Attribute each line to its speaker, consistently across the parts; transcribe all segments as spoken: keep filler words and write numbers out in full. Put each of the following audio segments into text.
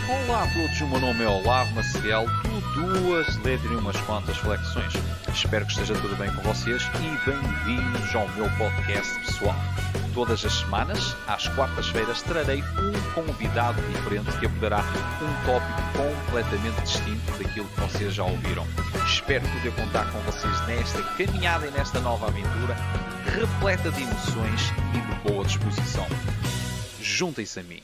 Speaker 1: Olá a todos, o meu nome é Olavo Maciel, do Duas Letras e umas quantas flexões. Espero que esteja tudo bem com vocês e bem-vindos ao meu podcast pessoal. Todas as semanas, às quartas-feiras, trarei um convidado diferente que abordará um tópico completamente distinto daquilo que vocês já ouviram. Espero poder contar com vocês nesta caminhada e nesta nova aventura, repleta de emoções e de boa disposição. Juntem-se a mim.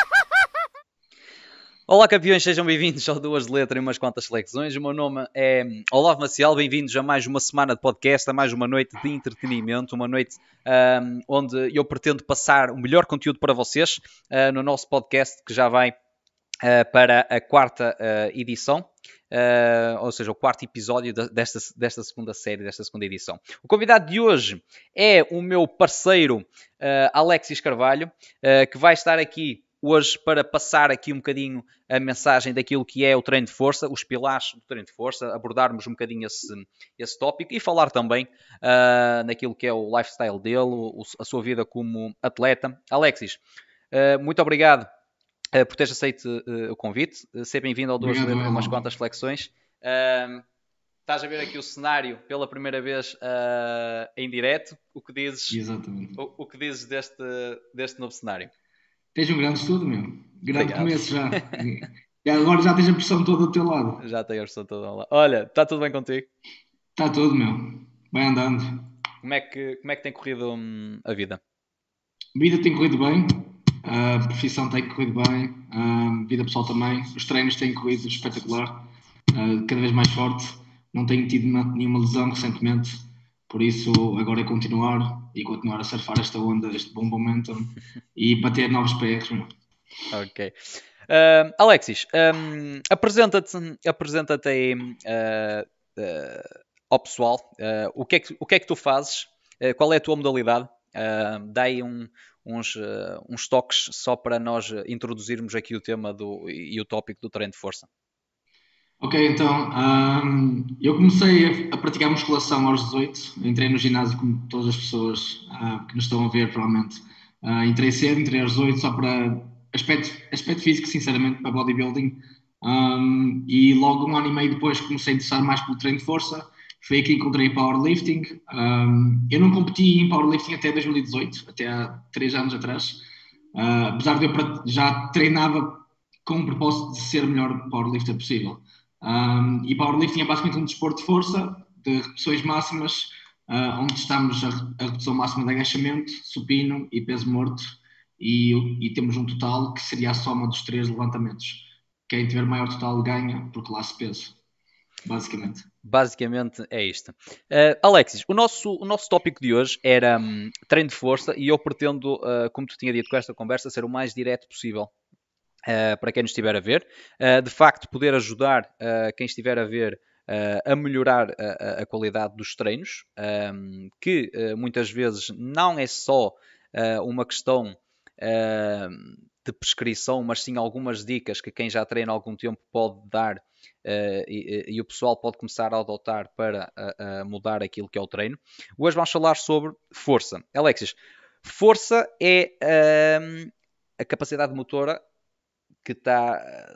Speaker 1: Olá campeões, sejam bem-vindos ao Duas Letras e umas quantas flexões. O meu nome é Olavo Maciel, bem-vindos a mais uma semana de podcast, a mais uma noite de entretenimento, uma noite um, onde eu pretendo passar o melhor conteúdo para vocês uh, no nosso podcast que já vai uh, para a quarta uh, edição. Uh, ou seja, o quarto episódio desta, desta segunda série, desta segunda edição. O convidado de hoje é o meu parceiro uh, Alexis Carvalho, uh, que vai estar aqui hoje para passar aqui um bocadinho a mensagem daquilo que é o treino de força, os pilares do treino de força, abordarmos um bocadinho esse, esse tópico e falar também uh, naquilo que é o lifestyle dele, o, a sua vida como atleta. Alexis, uh, muito obrigado uh, por teres aceito uh, o convite. Uh, seja bem-vindo ao Duas Letras e umas quantas flexões. Uh, estás a ver aqui o cenário pela primeira vez uh, em direto. O que dizes,
Speaker 2: Exatamente.
Speaker 1: O, o que dizes deste, deste novo cenário?
Speaker 2: Tens um grande estudo, meu. Grande
Speaker 1: Obrigado.
Speaker 2: começo já. E agora já tens a pressão toda do teu lado.
Speaker 1: Já tenho a pressão toda lá. Olha, está tudo bem contigo?
Speaker 2: Está tudo, meu. Vai andando.
Speaker 1: Como é que, como é que tem corrido hum, a vida?
Speaker 2: A vida tem corrido bem. A profissão tem corrido bem. A vida pessoal também. Os treinos têm corrido espetacular. Cada vez mais forte. Não tenho tido nenhuma lesão recentemente. Por isso, agora é continuar e continuar a surfar esta onda, este bom momentum e bater novos P Rs, meu.
Speaker 1: Ok. Uh, Alexis, um, apresenta-te, apresenta-te aí uh, uh, ao pessoal. Uh, o, que é que, o que é que tu fazes? Uh, qual é a tua modalidade? Uh, dá aí um, uns, uh, uns toques só para nós introduzirmos aqui o tema do, e o tópico do treino de força.
Speaker 2: Ok, então, um, eu comecei a, a praticar musculação aos dezoito, entrei no ginásio como todas as pessoas uh, que nos estão a ver, provavelmente. Uh, entrei cedo, entrei aos dezoito só para aspecto, aspecto físico, sinceramente, para bodybuilding. Um, e logo um ano e meio depois comecei a interessar mais pelo treino de força. Foi aqui que encontrei powerlifting. Um, eu não competi em powerlifting até dois mil e dezoito, até há três anos atrás. Uh, apesar de eu já treinava com o propósito de ser o melhor powerlifter possível. Um, e powerlifting é basicamente um desporto de força, de repetições máximas, uh, onde estamos a, a repetição máxima de agachamento, supino e peso morto, e, e temos um total que seria a soma dos três levantamentos. Quem tiver maior total ganha por classe peso, basicamente.
Speaker 1: Basicamente é isto. Uh, Alexis, o nosso, o nosso tópico de hoje era um, treino de força e eu pretendo, uh, como tu tinha dito com esta conversa, ser o mais direto possível. Uh, para quem nos estiver a ver, uh, de facto poder ajudar uh, quem estiver a ver uh, a melhorar a, a qualidade dos treinos, um, que uh, muitas vezes não é só uh, uma questão uh, de prescrição, mas sim algumas dicas que quem já treina há algum tempo pode dar uh, e, e o pessoal pode começar a adotar para uh, uh, mudar aquilo que é o treino. Hoje vamos falar sobre força. Alexis, força é uh, a capacidade motora que está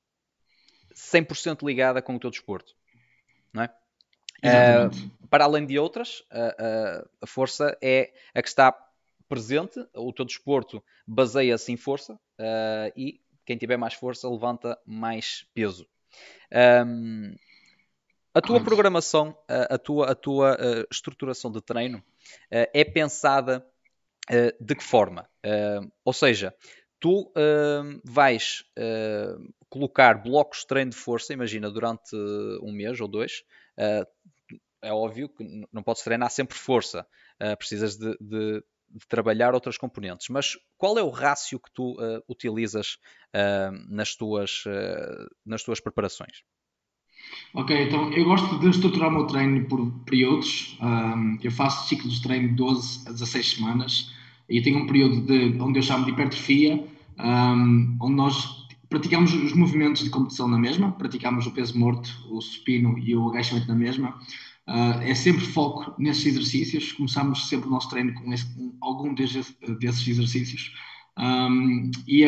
Speaker 1: cem por cento ligada com o teu desporto, não é?
Speaker 2: Exatamente.
Speaker 1: Uh, para além de outras, uh, uh, a força é a que está presente, o teu desporto baseia-se em força uh, e quem tiver mais força levanta mais peso. Um, a tua
Speaker 2: Correto.
Speaker 1: programação, a, a tua, a tua uh, estruturação de treino uh, é pensada uh, de que forma? Uh, ou seja, tu uh, vais uh, colocar blocos de treino de força, imagina, durante um mês ou dois. Uh, é óbvio que não podes treinar sempre força. Uh, precisas de, de, de trabalhar outras componentes. Mas qual é o rácio que tu uh, utilizas uh, nas, tuas, uh, nas tuas preparações?
Speaker 2: Ok, então eu gosto de estruturar o meu treino por períodos. Um, eu faço ciclos de treino de doze a dezasseis semanas e tenho um período de, onde eu chamo de hipertrofia, um, onde nós praticamos os movimentos de competição na mesma, praticamos o peso morto, o supino e o agachamento na mesma. Uh, é sempre foco nesses exercícios. Começamos sempre o nosso treino com, esse, com algum desses, desses exercícios. Um, e a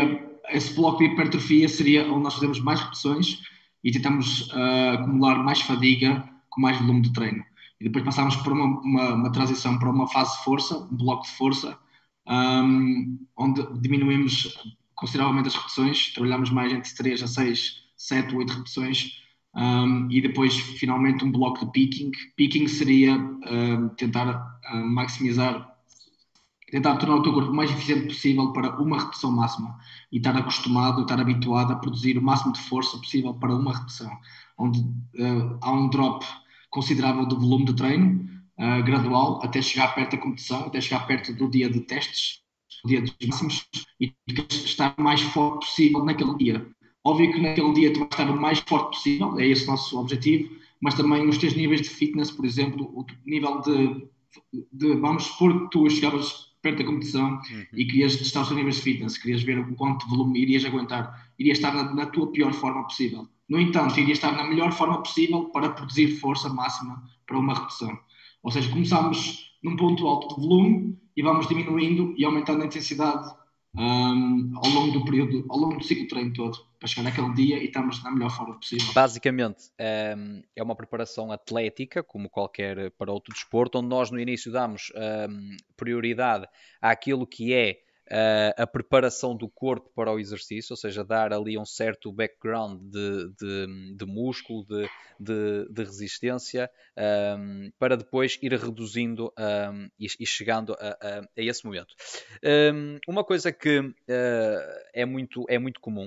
Speaker 2: esse bloco de hipertrofia seria onde nós fazemos mais repetições e tentamos uh, acumular mais fadiga com mais volume de treino. E depois passamos por uma, uma, uma transição para uma fase de força, um bloco de força, um, onde diminuímos consideravelmente as repetições, trabalhamos mais entre três a seis, sete, oito repetições, um, e depois finalmente um bloco de peaking. Peaking seria uh, tentar uh, maximizar, tentar tornar o teu corpo o mais eficiente possível para uma repetição máxima e estar acostumado, estar habituado a produzir o máximo de força possível para uma repetição, onde uh, há um drop considerável do volume de treino, uh, gradual, até chegar perto da competição, até chegar perto do dia de testes, do dia dos máximos, e estar o mais forte possível naquele dia. Óbvio que naquele dia tu vais estar o mais forte possível, é esse o nosso objetivo, mas também os teus níveis de fitness, por exemplo, o nível de, de vamos supor que tu chegavas perto da competição uhum. e querias testar os teus níveis de fitness, querias ver o quanto volume irias aguentar, irias estar na, na tua pior forma possível. No entanto, irias estar na melhor forma possível para produzir força máxima para uma repetição. Ou seja, começamos num ponto alto de volume e vamos diminuindo e aumentando a intensidade um, ao longo do período, ao longo do ciclo de treino todo, para chegar naquele dia e estamos na melhor forma possível.
Speaker 1: Basicamente, é uma preparação atlética, como qualquer para outro desporto, onde nós no início damos um, prioridade àquilo que é Uh, a preparação do corpo para o exercício, ou seja, dar ali um certo background de, de, de músculo, de, de, de resistência, um, para depois ir reduzindo um, e, e chegando a, a, a esse momento. Um, uma coisa que uh, é, muito, é muito comum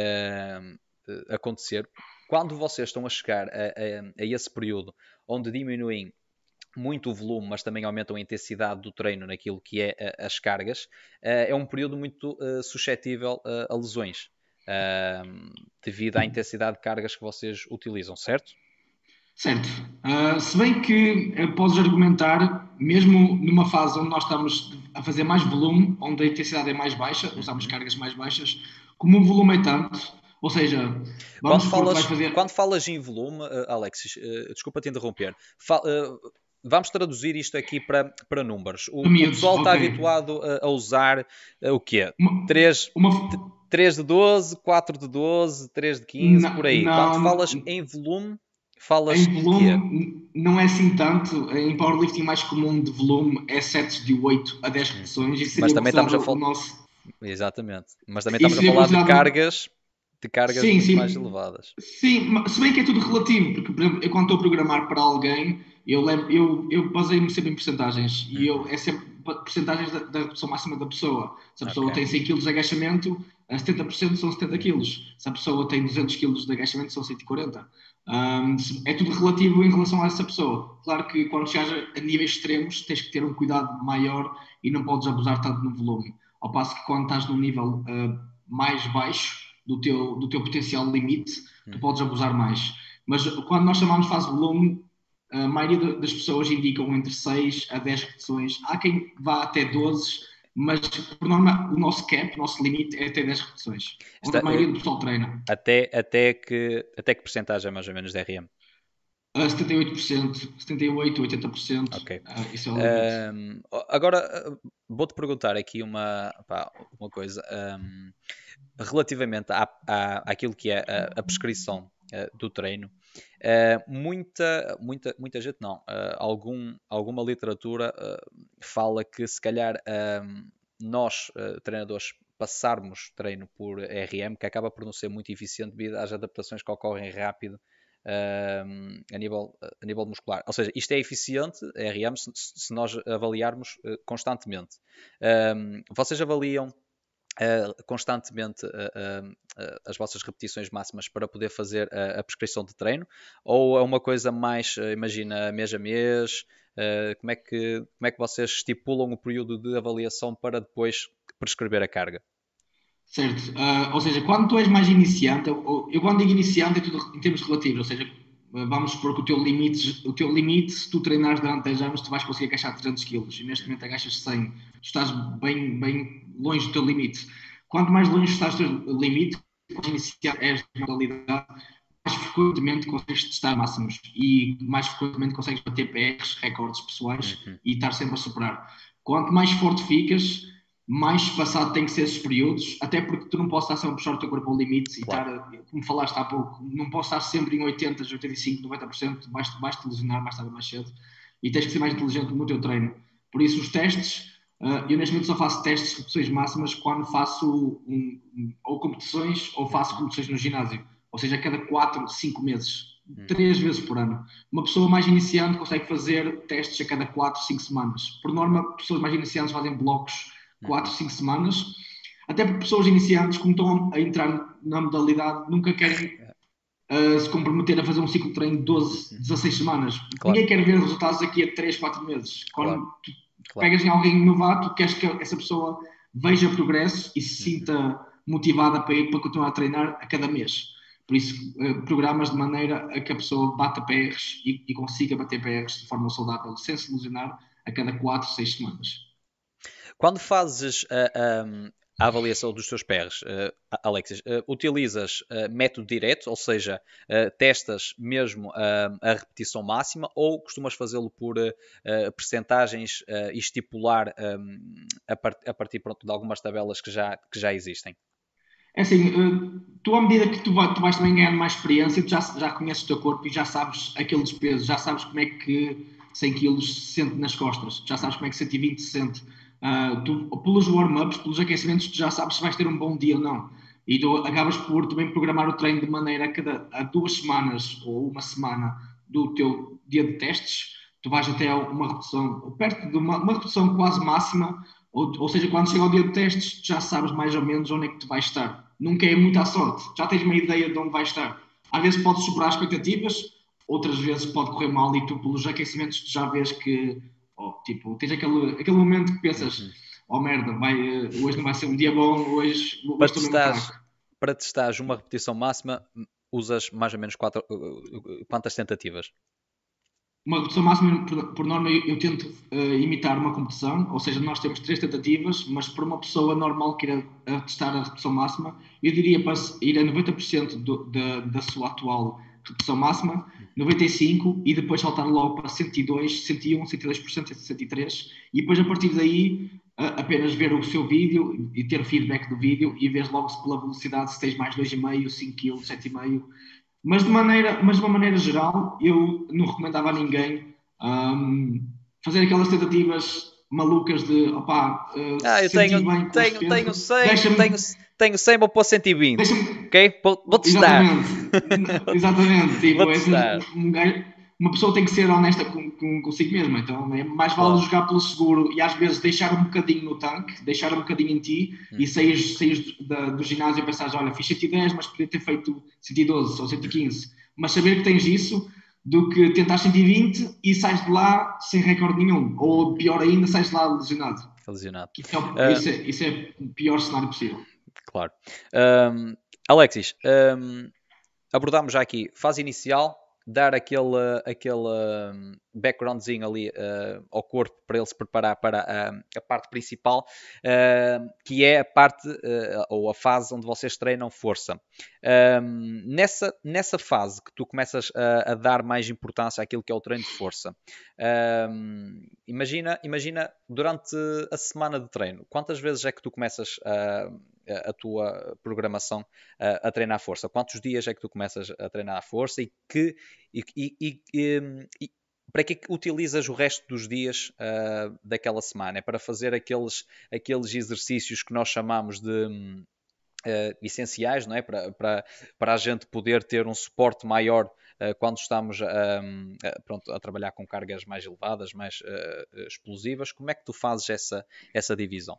Speaker 1: uh, acontecer, quando vocês estão a chegar a, a, a esse período onde diminuem muito o volume, mas também aumentam a intensidade do treino naquilo que é uh, as cargas, uh, é um período muito uh, suscetível uh, a lesões, uh, devido à intensidade de cargas que vocês utilizam, certo?
Speaker 2: Certo. Uh, se bem que uh, podes argumentar, mesmo numa fase onde nós estamos a fazer mais volume, onde a intensidade é mais baixa, usamos cargas mais baixas, como o volume é tanto, ou seja, vamos
Speaker 1: quando falas,
Speaker 2: vais fazer...
Speaker 1: quando falas em volume, uh, Alexis, uh, desculpa te interromper, Fal, uh, vamos traduzir isto aqui para, para números. O, o pessoal okay. está habituado a, a usar uh, o quê?
Speaker 2: Uma,
Speaker 1: três,
Speaker 2: uma...
Speaker 1: três de doze, quatro de doze, três de quinze, não, por aí.
Speaker 2: Não,
Speaker 1: Quando falas não, em volume, falas
Speaker 2: em volume não é assim tanto. Em powerlifting mais comum de volume é sets de oito a dez repetições. Hum.
Speaker 1: Mas também estamos a falar...
Speaker 2: Nosso...
Speaker 1: Exatamente. Mas também estamos a falar considerado... de cargas... de cargas sim, muito
Speaker 2: sim.
Speaker 1: mais elevadas.
Speaker 2: Sim, se bem que é tudo relativo, porque, por exemplo, eu quando estou a programar para alguém, eu, eu, eu baseio-me sempre em porcentagens, e eu, é sempre porcentagens da, da repetição máxima da pessoa. Se a pessoa okay. tem cem quilos de agachamento, a setenta por cento são setenta quilos. Se a pessoa tem duzentos quilos de agachamento, são cento e quarenta. Um, é tudo relativo em relação a essa pessoa. Claro que quando chegas a níveis extremos, tens que ter um cuidado maior e não podes abusar tanto no volume. Ao passo que quando estás num nível uh, mais baixo, do teu, do teu potencial limite, tu podes abusar mais. Mas quando nós chamamos de fase de volume, a maioria das pessoas indicam entre seis a dez repetições. Há quem vá até doze, mas por norma o nosso cap, o nosso limite é até dez repetições. Onde Está, a maioria do pessoal treina.
Speaker 1: Até, até, que, até que porcentagem é mais ou menos de R M?
Speaker 2: Uh, setenta e oito por cento, setenta e oito por cento, oitenta por cento.
Speaker 1: Ok.
Speaker 2: Uh, isso é o limite.
Speaker 1: Um, agora, vou-te perguntar aqui uma, pá, uma coisa. Um, relativamente à, à, àquilo que é a, a prescrição uh, do treino, uh, muita, muita, muita gente não, uh, algum, alguma literatura uh, fala que se calhar uh, nós, uh, treinadores, passarmos treino por R M, que acaba por não ser muito eficiente devido às adaptações que ocorrem rápido uh, a, nível, a nível muscular. Ou seja, isto é eficiente, R M, se, se nós avaliarmos uh, constantemente. Uh, vocês avaliam Uh, constantemente uh, uh, uh, as vossas repetições máximas para poder fazer uh, a prescrição de treino, ou é uma coisa mais, uh, imagina, mês a mês? Uh, como, é que, como é que vocês estipulam o período de avaliação para depois prescrever a carga?
Speaker 2: Certo, uh, ou seja, quando tu és mais iniciante, eu, eu quando digo iniciante é tudo em termos relativos, ou seja, vamos supor que o teu limite, o teu limite, se tu treinares durante dez anos, tu vais conseguir agachar trezentos quilos e neste momento agachas cem. Tu estás bem, bem longe do teu limite. Quanto mais longe estás do teu limite, quando iniciar esta modalidade, mais frequentemente consegues testar máximos e mais frequentemente consegues bater P Rs, recordes pessoais uhum. e estar sempre a superar. Quanto mais forte ficas, mais espaçado tem que ser esses períodos, até porque tu não podes estar sempre a puxar o teu corpo ao limite e
Speaker 1: Claro.
Speaker 2: estar, como falaste há pouco, não podes estar sempre em oitenta, oitenta e cinco, noventa por cento, vais, vais te lesionar mais tarde ou mais cedo e tens que ser mais inteligente no teu treino. Por isso, os testes, uh, eu neste momento só faço testes de repetições máximas quando faço um, um, ou competições ou faço competições no ginásio, ou seja, a cada quatro, cinco meses. Três vezes por ano. Uma pessoa mais iniciante consegue fazer testes a cada quatro, cinco semanas. Por norma, pessoas mais iniciantes fazem blocos quatro, cinco semanas, até porque pessoas iniciantes, como estão a entrar na modalidade, nunca querem uh, se comprometer a fazer um ciclo de treino de doze, dezasseis semanas.
Speaker 1: Claro.
Speaker 2: Ninguém quer ver resultados daqui a três, quatro meses. Quando
Speaker 1: Claro.
Speaker 2: tu
Speaker 1: Claro.
Speaker 2: pegas em alguém novato, queres que essa pessoa veja progresso e se sinta motivada para ir para continuar a treinar a cada mês. Por isso, uh, programas de maneira a que a pessoa bata P Rs e, e consiga bater P Rs de forma saudável, sem se ilusionar, a cada quatro, seis semanas.
Speaker 1: Quando fazes a, a, a avaliação dos teus P Rs, uh, Alexis, uh, utilizas uh, método direto, ou seja, uh, testas mesmo uh, a repetição máxima, ou costumas fazê-lo por uh, percentagens uh, e estipular um, a, part a partir pronto, de algumas tabelas que já, que já existem?
Speaker 2: É assim, tu à medida que tu, vai, tu vais também ganhando mais experiência, tu já, já conheces o teu corpo e já sabes aqueles pesos, já sabes como é que cem quilos se sente nas costas, já sabes como é que cento e vinte se sente. Uh, tu, pelos warm-ups, pelos aquecimentos, tu já sabes se vais ter um bom dia ou não. E tu acabas por também programar o treino de maneira a cada a duas semanas ou uma semana do teu dia de testes, tu vais até uma repetição, perto de uma, uma repetição quase máxima, ou, ou seja, quando chega ao dia de testes, já sabes mais ou menos onde é que tu vais estar. Nunca é muito à sorte, já tens uma ideia de onde vais estar. Às vezes podes superar expectativas, outras vezes pode correr mal e tu, pelos aquecimentos, tu já vês que, oh, tipo, tens aquele, aquele momento que pensas, oh merda, vai, hoje não vai ser um dia bom, hoje, hoje
Speaker 1: Para
Speaker 2: estou mesmo
Speaker 1: testares,
Speaker 2: fraco.
Speaker 1: para testares uma repetição máxima, usas mais ou menos quatro, quantas tentativas?
Speaker 2: Uma redução máxima, por, por norma, eu, eu tento uh, imitar uma competição, ou seja, nós temos três tentativas, mas para uma pessoa normal que queira uh, testar a redução máxima, eu diria para ir a noventa por cento do, da, da sua atual redução máxima, noventa e cinco por cento, e depois saltar logo para cento e dois, cento e um, cento e dois por cento, cento e três por cento, e depois a partir daí uh, apenas ver o seu vídeo e ter o feedback do vídeo e ver logo se pela velocidade se tens mais dois vírgula cinco, cinco quilos, sete vírgula cinco. Mas de, maneira, mas de uma maneira geral, eu não recomendava a ninguém um, fazer aquelas tentativas malucas de opá, uh,
Speaker 1: Ah, eu
Speaker 2: senti
Speaker 1: tenho,
Speaker 2: bem com este
Speaker 1: tenho, tenho
Speaker 2: peso,
Speaker 1: cem, tenho,
Speaker 2: deixa-me.
Speaker 1: tenho cem, vou pôr cento e vinte,
Speaker 2: Deixa-me.
Speaker 1: ok? Vou, vou testar.
Speaker 2: Exatamente, exatamente.
Speaker 1: Vou
Speaker 2: Tipo, essas,
Speaker 1: testar.
Speaker 2: um gajo- uma pessoa tem que ser honesta com, com, consigo mesma. Então, é mais vale
Speaker 1: Claro.
Speaker 2: jogar pelo seguro e às vezes deixar um bocadinho no tanque, deixar um bocadinho em ti e saís, saís do, do ginásio e pensares: olha, fiz cento e dez, mas podia ter feito cento e doze ou cento e quinze. Mas saber que tens isso do que tentar cento e vinte e sais de lá sem recorde nenhum. Ou pior ainda, sais de lá lesionado.
Speaker 1: Lesionado.
Speaker 2: Isso é, o-
Speaker 1: Uh,
Speaker 2: isso é, isso é o pior cenário possível.
Speaker 1: claro. Um, Alexis, um, abordámos já aqui fase inicial, dar aquele, aquele um, backgroundzinho ali uh, ao corpo para ele se preparar para uh, a parte principal, uh, que é a parte uh, ou a fase onde vocês treinam força. Um, nessa, nessa fase que tu começas a, a dar mais importância àquilo que é o treino de força, um, imagina, imagina durante a semana de treino, quantas vezes é que tu começas a a tua programação a, a treinar a força? Quantos dias é que tu começas a treinar a força e que e, e, e, e para que é que utilizas o resto dos dias uh, daquela semana? É para fazer aqueles, aqueles exercícios que nós chamamos de Uh, essenciais, não é? Para, para, para a gente poder ter um suporte maior uh, quando estamos um, uh, pronto, a trabalhar com cargas mais elevadas, mais uh, explosivas. Como é que tu fazes essa, essa divisão?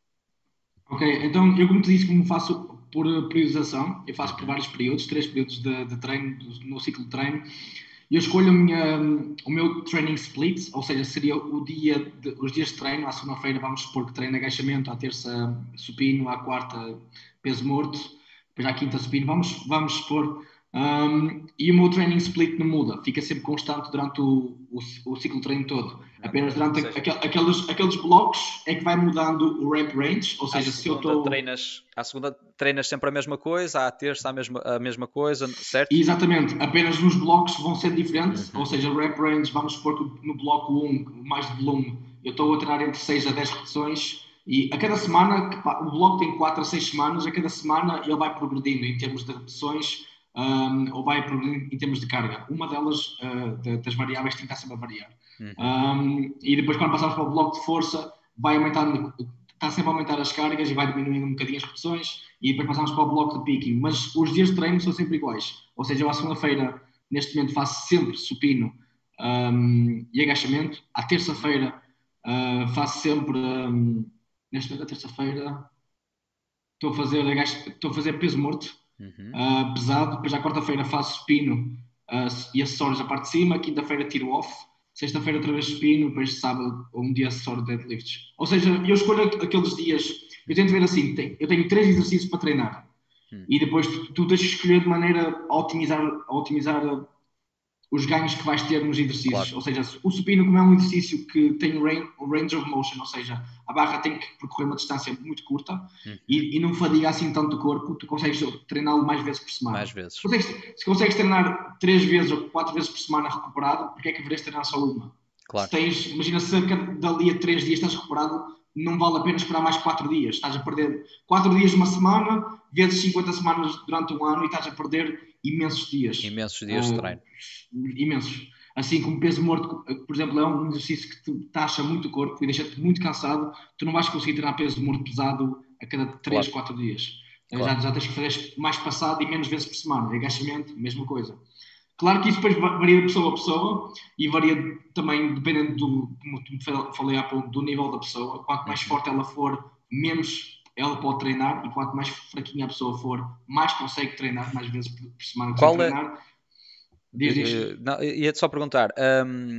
Speaker 2: Ok, então eu como te disse, como faço por periodização, eu faço por
Speaker 1: Uhum.
Speaker 2: vários períodos, três períodos de, de treino, do, no ciclo de treino, e eu escolho a minha, o meu training split, ou seja, seria o dia de, os dias de treino. À segunda-feira vamos supor que treino agachamento, à terça supino, à quarta peso morto, depois à quinta supino, vamos, vamos supor, um, e o meu training split não muda, fica sempre constante durante o, o, o ciclo de treino todo.
Speaker 1: Okay.
Speaker 2: Apenas durante
Speaker 1: Seja,
Speaker 2: aquel, aqueles, aqueles blocos é que vai mudando o rep range, ou
Speaker 1: à
Speaker 2: seja, se eu
Speaker 1: segunda
Speaker 2: estou.
Speaker 1: treinas, à segunda treinas sempre a mesma coisa, à terça a mesma, a mesma coisa, certo?
Speaker 2: Exatamente, apenas nos blocos vão ser diferentes, ou
Speaker 1: Uhum.
Speaker 2: seja, rep range, vamos supor que no bloco um, mais de volume, eu estou a treinar entre seis a dez repetições, E a cada semana, o bloco tem quatro a seis semanas, a cada semana ele vai progredindo em termos de repetições um, ou vai progredindo em termos de carga. Uma delas, uh, de, das variáveis, tem que estar sempre a variar.
Speaker 1: Uhum.
Speaker 2: Um, e depois, quando passamos para o bloco de força, vai aumentando, está sempre a aumentar as cargas e vai diminuindo um bocadinho as repetições. E depois passamos para o bloco de picking. Mas os dias de treino são sempre iguais. Ou seja, eu à segunda-feira, neste momento, faço sempre supino um, e agachamento. À terça-feira, uh, faço sempre. Um, neste momento, à terça-feira, estou a fazer, estou a fazer peso morto,
Speaker 1: Uhum.
Speaker 2: uh, pesado. Depois, à quarta-feira, faço supino uh, e acessórios a parte de cima. Quinta-feira, tiro off. Sexta-feira, outra vez supino. Depois, sábado, um dia acessório de deadlifts. Ou seja, eu escolho aqueles dias. Eu tento ver assim: eu tenho três exercícios para treinar.
Speaker 1: Uhum.
Speaker 2: E depois tu, tu tens que escolher de maneira a otimizar, a otimizar os ganhos que vais ter nos exercícios.
Speaker 1: Claro.
Speaker 2: Ou seja, o supino, como é um exercício que tem um range of motion, ou seja, a barra tem que percorrer uma distância muito curta
Speaker 1: Uhum.
Speaker 2: e, e não fadiga assim tanto o corpo, tu consegues treiná-lo mais vezes por semana.
Speaker 1: Mais vezes.
Speaker 2: Se consegues, se consegues treinar três vezes ou quatro vezes por semana recuperado, porque é que deverias treinar só uma?
Speaker 1: Claro.
Speaker 2: Se tens, imagina, se dali a três dias estás recuperado, não vale a pena esperar mais quatro dias. Estás a perder quatro dias uma semana, vezes cinquenta semanas durante um ano e estás a perder imensos dias.
Speaker 1: Imensos dias uh, de treino.
Speaker 2: Imensos. Assim como peso morto, por exemplo, é um exercício que te taxa muito o corpo e deixa-te muito cansado, tu não vais conseguir treinar peso morto pesado a cada três, quatro claro. dias. Claro. Já, já tens que fazer mais passado e menos vezes por semana. Agachamento, mesma coisa. Claro que isso depois varia de pessoa a pessoa e varia também dependendo do, como falei há pouco, do nível da pessoa. Quanto mais uhum. forte ela for, menos ela pode treinar, e quanto mais fraquinha a pessoa for, mais consegue treinar, mais vezes por, por semana consegue
Speaker 1: Qual
Speaker 2: treinar.
Speaker 1: É... Diz, diz. Não, ia-te só perguntar, um,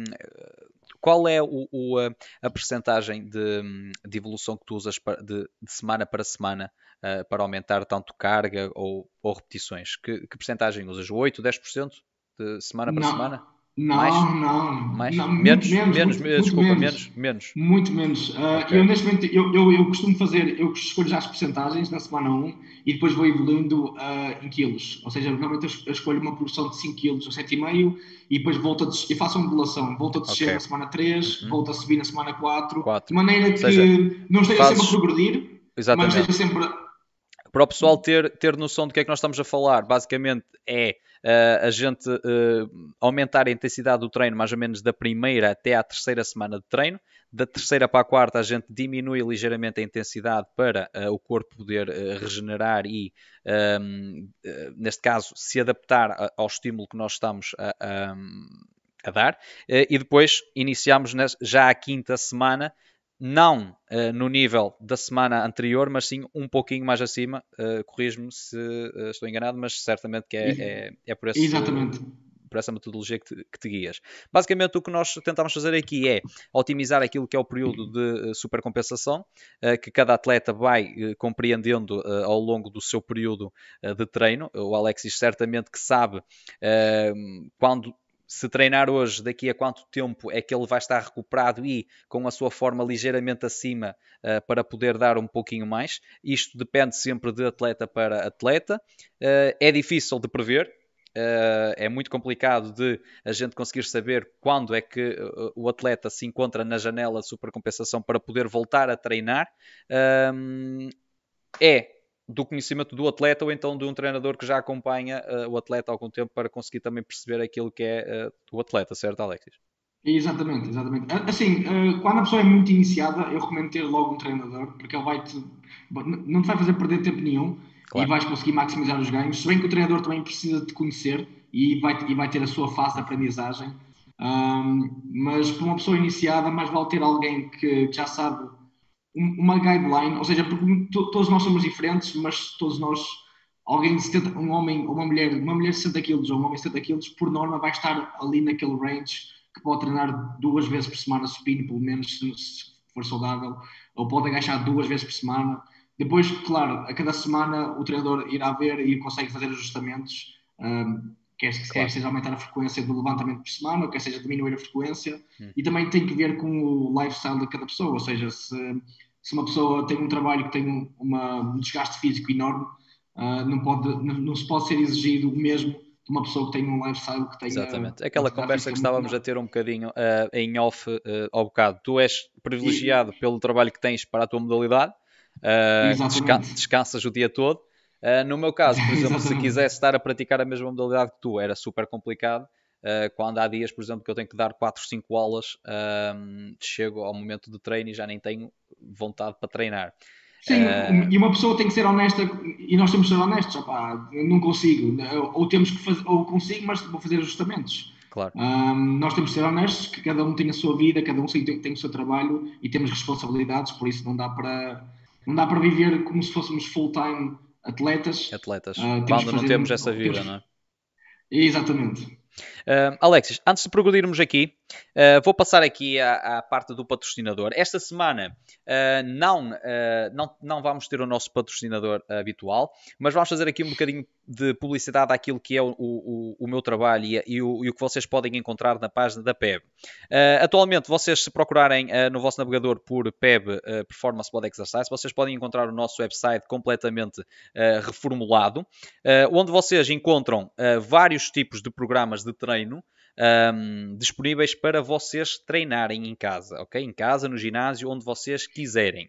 Speaker 1: qual é o, o, a, a percentagem de, de evolução que tu usas para, de, de semana para semana uh, para aumentar tanto carga ou, ou repetições? Que, que percentagem usas? oito, dez por cento de semana para
Speaker 2: não,
Speaker 1: semana?
Speaker 2: Não,
Speaker 1: Mais?
Speaker 2: não,
Speaker 1: Mais?
Speaker 2: não,
Speaker 1: Menos?
Speaker 2: muito menos,
Speaker 1: menos,
Speaker 2: muito,
Speaker 1: desculpa,
Speaker 2: muito menos.
Speaker 1: menos, menos.
Speaker 2: Muito menos. Uh,
Speaker 1: Okay.
Speaker 2: Eu, neste momento, eu, eu, eu costumo fazer, eu escolho já as percentagens na semana um e depois vou evoluindo uh, em quilos. Ou seja, normalmente eu escolho uma produção de cinco quilos ou sete vírgula cinco e depois volto a descer, e faço uma modulação. Volto a descer okay. na semana três, uhum. volto a subir na semana quatro, quatro. De maneira que seja, não esteja fazes... sempre a progredir, Exatamente. mas esteja sempre...
Speaker 1: Para o pessoal ter, ter noção do que é que nós estamos a falar, basicamente é uh, a gente uh, aumentar a intensidade do treino mais ou menos da primeira até à terceira semana de treino. Da terceira para a quarta a gente diminui ligeiramente a intensidade para uh, o corpo poder uh, regenerar e, um, uh, neste caso, se adaptar a, ao estímulo que nós estamos a, a, a dar. Uh, e depois iniciamos nas, já a quinta semana, não uh, no nível da semana anterior, mas sim um pouquinho mais acima. Uh, Corrijo-me se uh, estou enganado, mas certamente que é, é, é por, esse,
Speaker 2: Exatamente.
Speaker 1: por essa metodologia que te, que te guias. Basicamente o que nós tentamos fazer aqui é otimizar aquilo que é o período de uh, supercompensação, uh, que cada atleta vai uh, compreendendo uh, ao longo do seu período uh, de treino. O Alexis certamente que sabe uh, quando... se treinar hoje, daqui a quanto tempo é que ele vai estar recuperado e com a sua forma ligeiramente acima uh, para poder dar um pouquinho mais. Isto depende sempre de atleta para atleta. Uh, é difícil de prever. Uh, é muito complicado de a gente conseguir saber quando é que uh, o atleta se encontra na janela de supercompensação para poder voltar a treinar. Uh, é do conhecimento do atleta ou então de um treinador que já acompanha uh, o atleta há algum tempo para conseguir também perceber aquilo que é uh, o atleta, certo, Alexis?
Speaker 2: Exatamente, exatamente. Assim, uh, quando a pessoa é muito iniciada, eu recomendo ter logo um treinador, porque ele vai te, não te vai fazer perder tempo nenhum claro. E vais conseguir maximizar os ganhos. Se bem que o treinador também precisa de te conhecer e vai, e vai ter a sua fase de aprendizagem. Um, mas para uma pessoa iniciada, mais vale ter alguém que, que já sabe uma guideline, ou seja, porque todos nós somos diferentes, mas todos nós, alguém de setenta, um homem ou uma mulher, uma mulher de sessenta quilos ou um homem de setenta quilos, por norma vai estar ali naquele range que pode treinar duas vezes por semana supino, pelo menos se, se for saudável, ou pode agachar duas vezes por semana. Depois, claro, a cada semana o treinador irá ver e consegue fazer ajustamentos, um, quer, claro. quer seja aumentar a frequência do levantamento por semana, ou quer seja diminuir a frequência, hum. e também tem que ver com o lifestyle de cada pessoa, ou seja, se se uma pessoa tem um trabalho que tem um, uma, um desgaste físico enorme, uh, não, pode, não, não se pode ser exigido o mesmo uma pessoa que tenha um lifestyle que tenha
Speaker 1: Exatamente. Aquela
Speaker 2: atividade
Speaker 1: conversa
Speaker 2: física
Speaker 1: que
Speaker 2: muito
Speaker 1: estávamos a
Speaker 2: melhor.
Speaker 1: ter um bocadinho uh, em off uh, ao bocado. Tu és
Speaker 2: E,
Speaker 1: privilegiado pelo trabalho que tens para a tua modalidade, uh, desca
Speaker 2: exatamente.
Speaker 1: descansas o dia todo. Uh, no meu caso, por exemplo, se
Speaker 2: Exatamente.
Speaker 1: quisesse estar a praticar a mesma modalidade que tu, era super complicado. Uh, quando há dias, por exemplo, que eu tenho que dar quatro, cinco aulas, uh, chego ao momento do treino e já nem tenho vontade para treinar.
Speaker 2: Sim,
Speaker 1: Uh,
Speaker 2: e uma pessoa tem que ser honesta, e nós temos que ser honestos. Opá, eu não consigo, ou temos que fazer, ou consigo, mas vou fazer ajustamentos.
Speaker 1: claro,
Speaker 2: Ahm, nós temos que ser honestos, que cada um tem a sua vida, cada um tem, tem o seu trabalho e temos responsabilidades, por isso não dá para, não dá para viver como se fôssemos full-time atletas.
Speaker 1: atletas.
Speaker 2: Ah, temos que
Speaker 1: Quando não
Speaker 2: fazer.
Speaker 1: temos essa
Speaker 2: Temos
Speaker 1: vida, não é?
Speaker 2: que- Exatamente.
Speaker 1: Uh, Alexis, antes de progredirmos aqui, uh, vou passar aqui à, à parte do patrocinador. Esta semana uh, não, uh, não, não vamos ter o nosso patrocinador habitual, mas vamos fazer aqui um bocadinho de publicidade àquilo que é o, o, o meu trabalho e, e, o, e o que vocês podem encontrar na página da P E B. Uh, atualmente, vocês se procurarem uh, no vosso navegador por P E B uh, Performance Body Exercise, vocês podem encontrar o nosso website completamente uh, reformulado, uh, onde vocês encontram uh, vários tipos de programas de treino um, disponíveis para vocês treinarem em casa, ok? Em casa, no ginásio, onde vocês quiserem.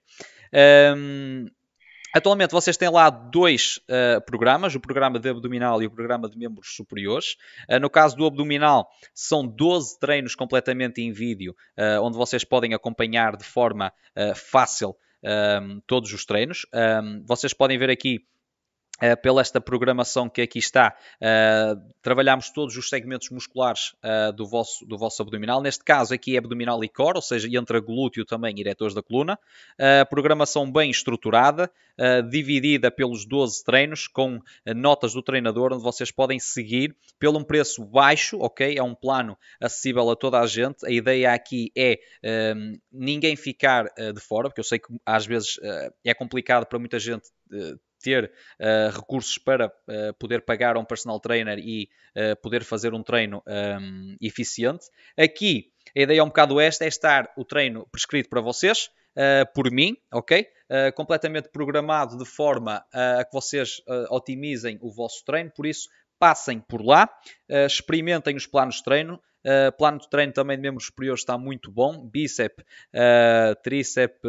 Speaker 1: Um, Atualmente vocês têm lá dois uh, programas, o programa de abdominal e o programa de membros superiores. Uh, no caso do abdominal, são doze treinos completamente em vídeo, uh, onde vocês podem acompanhar de forma uh, fácil um, todos os treinos. Um, vocês podem ver aqui Uh, pela esta programação que aqui está, uh, trabalhamos todos os segmentos musculares uh, do, vosso, do vosso abdominal. Neste caso aqui é abdominal e core, ou seja, entra glúteo também e eretores da coluna. Uh, programação bem estruturada, uh, dividida pelos doze treinos, com uh, notas do treinador, onde vocês podem seguir pelo um preço baixo, ok? É um plano acessível a toda a gente. A ideia aqui é uh, ninguém ficar uh, de fora, porque eu sei que às vezes uh, é complicado para muita gente uh, ter uh, recursos para uh, poder pagar a um personal trainer e uh, poder fazer um treino um, eficiente. Aqui, a ideia é um bocado esta, é estar o treino prescrito para vocês, uh, por mim, ok? Uh, completamente programado de forma uh, a que vocês uh, otimizem o vosso treino, por isso, passem por lá, uh, experimentem os planos de treino. Uh, plano de treino também de membros superiores está muito bom. Bíceps, uh, tríceps,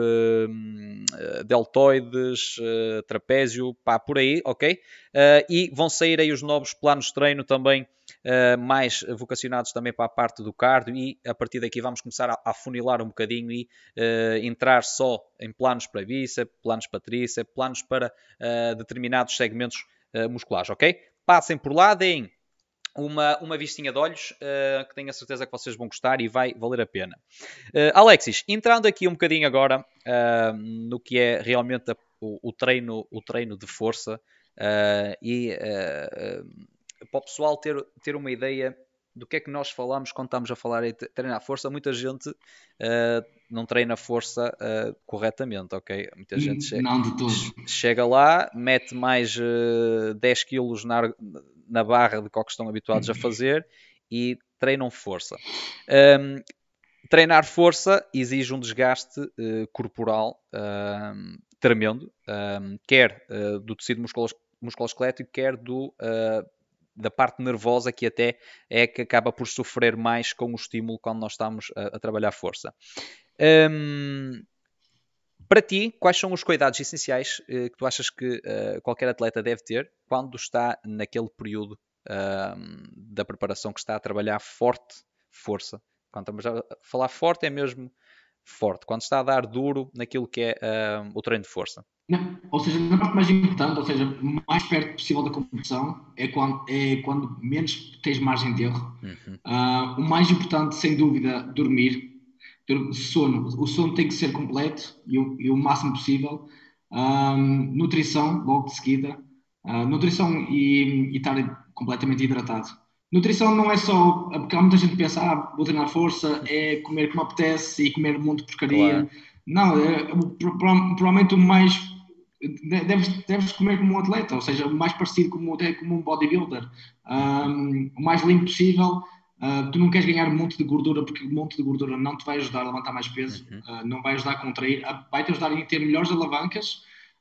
Speaker 1: uh, deltoides, uh, trapézio, pá, por aí, ok? Uh, e vão sair aí os novos planos de treino também, uh, mais vocacionados também para a parte do cardio, e a partir daqui vamos começar a, a funilar um bocadinho e uh, entrar só em planos para bíceps, planos para tríceps, planos para uh, determinados segmentos uh, musculares, ok? Passem por lá, deem uma, uma vistinha de olhos, uh, que tenho a certeza que vocês vão gostar e vai valer a pena. Uh, Alexis, entrando aqui um bocadinho agora uh, no que é realmente a, o, o, treino, o treino de força, uh, e uh, para o pessoal ter, ter uma ideia do que é que nós falamos quando estamos a falar em treinar força. Muita gente uh, não treina força uh, corretamente, ok? Muita gente che
Speaker 2: Não de todo.
Speaker 1: chega lá, mete mais uh, dez quilos na, na barra de qual que estão habituados a fazer e treinam força. Um, treinar força exige um desgaste uh, corporal um, tremendo, um, quer uh, do tecido musculoesquelético, quer do... Uh, da parte nervosa, que até é que acaba por sofrer mais com o estímulo quando nós estamos a, a trabalhar força. Um, para ti, quais são os cuidados essenciais uh, que tu achas que uh, qualquer atleta deve ter quando está naquele período uh, da preparação que está a trabalhar forte força? Quando estamos a falar forte, é mesmo forte. Quando está a dar duro naquilo que é uh, o treino de força.
Speaker 2: Não, ou seja, na parte mais importante, ou seja, mais perto possível da competição, é quando, é quando menos tens margem de erro.
Speaker 1: Uhum.
Speaker 2: Uh, o mais importante, sem dúvida, dormir. Sono. O sono tem que ser completo e o, e o máximo possível. Um, nutrição, logo de seguida. Uh, nutrição e, e estar completamente hidratado. Nutrição não é só, porque há muita gente que pensa, ah, vou treinar força, é comer como apetece e comer um monte de porcaria.
Speaker 1: Claro.
Speaker 2: Não, é, provavelmente o mais deves, deves comer como um atleta, ou seja, o mais parecido como, como um bodybuilder, um, o mais limpo possível. Uh, tu não queres ganhar um monte de gordura, porque um monte de gordura não te vai ajudar a levantar mais peso,
Speaker 1: Uhum.
Speaker 2: uh, não vai ajudar a contrair, vai te ajudar a ter melhores alavancas,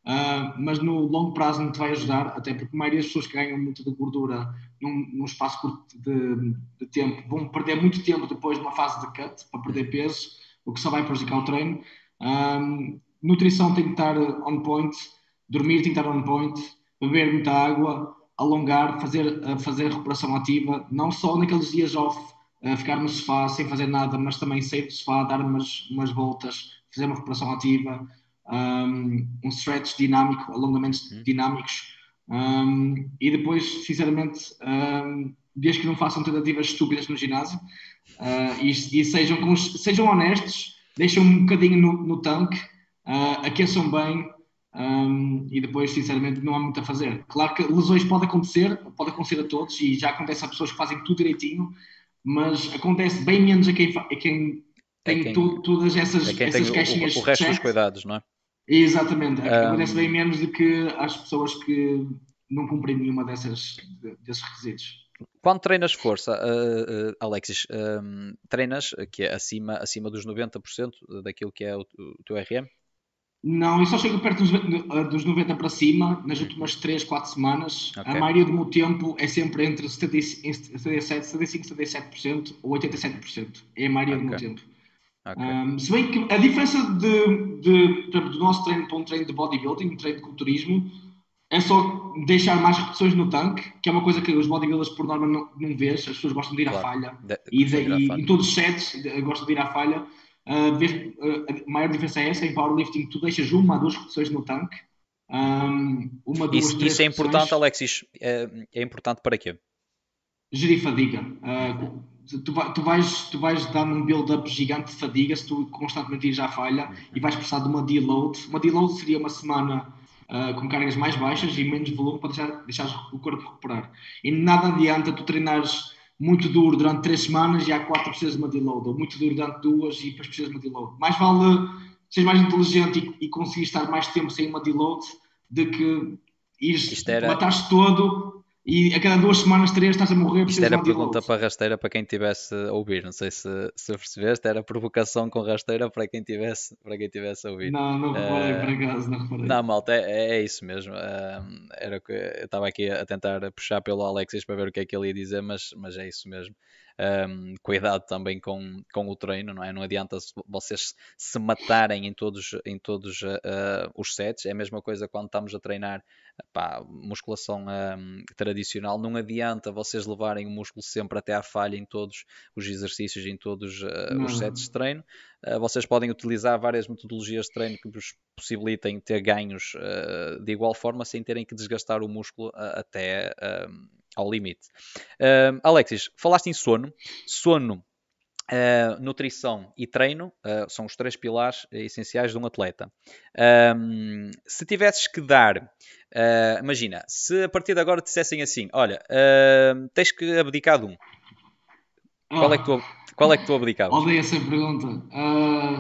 Speaker 2: Uh, mas no longo prazo não te vai ajudar, até porque a maioria das pessoas que ganham muito de gordura num, num espaço curto de, de tempo vão perder muito tempo depois de uma fase de cut para perder peso, o que só vai prejudicar o treino. Um, nutrição tem que estar on point, dormir tem que estar on point, beber muita água, alongar, fazer, uh, fazer recuperação ativa, não só naqueles dias off, uh, ficar no sofá sem fazer nada, mas também sair do sofá, dar umas, umas voltas, fazer uma recuperação ativa, um, um stretch dinâmico, alongamentos
Speaker 1: Uhum.
Speaker 2: dinâmicos, um, e depois, sinceramente, um, desde que não façam tentativas estúpidas no ginásio, uh, e, e sejam, com, sejam honestos, deixem um bocadinho no, no tanque, uh, aqueçam bem, um, e depois, sinceramente, não há muito a fazer. Claro que lesões podem acontecer, pode acontecer a todos, e já acontece a pessoas que fazem tudo direitinho, mas acontece bem menos a quem, a quem
Speaker 1: É
Speaker 2: tem
Speaker 1: quem,
Speaker 2: tu, todas
Speaker 1: é
Speaker 2: essas,
Speaker 1: quem tem
Speaker 2: essas
Speaker 1: o, o,
Speaker 2: caixinhas
Speaker 1: o resto dos
Speaker 2: check.
Speaker 1: cuidados, não é?
Speaker 2: Exatamente, acontece bem
Speaker 1: Um,
Speaker 2: menos do que as pessoas que não cumprem nenhuma dessas, desses requisitos.
Speaker 1: Quando treinas força, uh, uh, Alexis, um, treinas que é acima, acima dos noventa por cento daquilo que é o, o teu R M?
Speaker 2: Não, eu só chego perto dos, dos noventa para cima nas
Speaker 1: Uhum.
Speaker 2: últimas três, quatro semanas. A
Speaker 1: Ok,
Speaker 2: maioria do meu tempo é sempre entre setenta e sete, setenta e cinco, setenta e sete por cento ou oitenta e sete por cento. É a maioria do
Speaker 1: ok,
Speaker 2: meu tempo.
Speaker 1: ok.
Speaker 2: Um, se bem que a diferença de, de, do nosso treino para um treino de bodybuilding, um treino de culturismo, é só deixar mais repetições no tanque, que é uma coisa que os bodybuilders por norma não, não vês, as pessoas gostam de ir à
Speaker 1: Claro,
Speaker 2: falha,
Speaker 1: de,
Speaker 2: e, de,
Speaker 1: gostam de ir à
Speaker 2: e
Speaker 1: falha.
Speaker 2: em todos os sets de, gostam de ir à falha. Uh, vês, uh, a maior diferença é essa, em powerlifting tu deixas uma, duas repetições no tanque, um, uma, duas,
Speaker 1: Isso,
Speaker 2: três
Speaker 1: isso é importante,
Speaker 2: repetições,
Speaker 1: Alexis. É, é importante para quê?
Speaker 2: gerir fadiga.
Speaker 1: Uhum,
Speaker 2: Uh, tu, vai, tu, vais, tu vais dar um build-up gigante de fadiga se tu constantemente ires à falha e
Speaker 1: uhum,
Speaker 2: vais precisar de uma deload. Uma deload seria uma semana uh, com cargas mais baixas e
Speaker 1: uhum.
Speaker 2: menos volume para deixar, deixar o corpo recuperar. E nada adianta tu treinares muito duro durante três semanas e há quatro precisas de uma deload, ou muito duro durante duas e depois precisas de uma deload. Mais vale ser mais inteligente e, e conseguir estar mais tempo sem uma deload do que ires,
Speaker 1: Isto era,
Speaker 2: mataste todo e a cada duas semanas, três, estás a morrer,
Speaker 1: Isto
Speaker 2: precisas de
Speaker 1: era
Speaker 2: uma deload.
Speaker 1: pergunta para rasteira para quem tivesse a ouvir. Não sei se, se percebeste, era provocação com rasteira para quem tivesse, para quem tivesse a ouvir.
Speaker 2: Não, não reparei, por
Speaker 1: Uh,
Speaker 2: acaso, não reparei.
Speaker 1: não, malta, é, é isso mesmo. Uh, era o que eu estava aqui a tentar puxar pelo Alexis para ver o que é que ele ia dizer, mas, mas é isso mesmo. Um, cuidado também com, com o treino, não é? Não adianta vocês se matarem em todos, em todos uh, uh, os sets. É a mesma coisa quando estamos a treinar pá, musculação um, tradicional. Não adianta vocês levarem o músculo sempre até à falha em todos os exercícios, em todos uh, os
Speaker 2: Não.
Speaker 1: sets de treino. Uh, vocês podem utilizar várias metodologias de treino que vos possibilitem ter ganhos uh, de igual forma sem terem que desgastar o músculo uh, até uh, ao limite. Uh, Alexis, falaste em sono. Sono, uh, nutrição e treino uh, são os três pilares essenciais de um atleta. Um, se tivesses que dar, uh, imagina, se a partir de agora te dissessem assim, olha, uh, tens que abdicar de um, qual é que
Speaker 2: Oh,
Speaker 1: tu, qual é que tu abdicavas?
Speaker 2: odeio essa pergunta. Uh,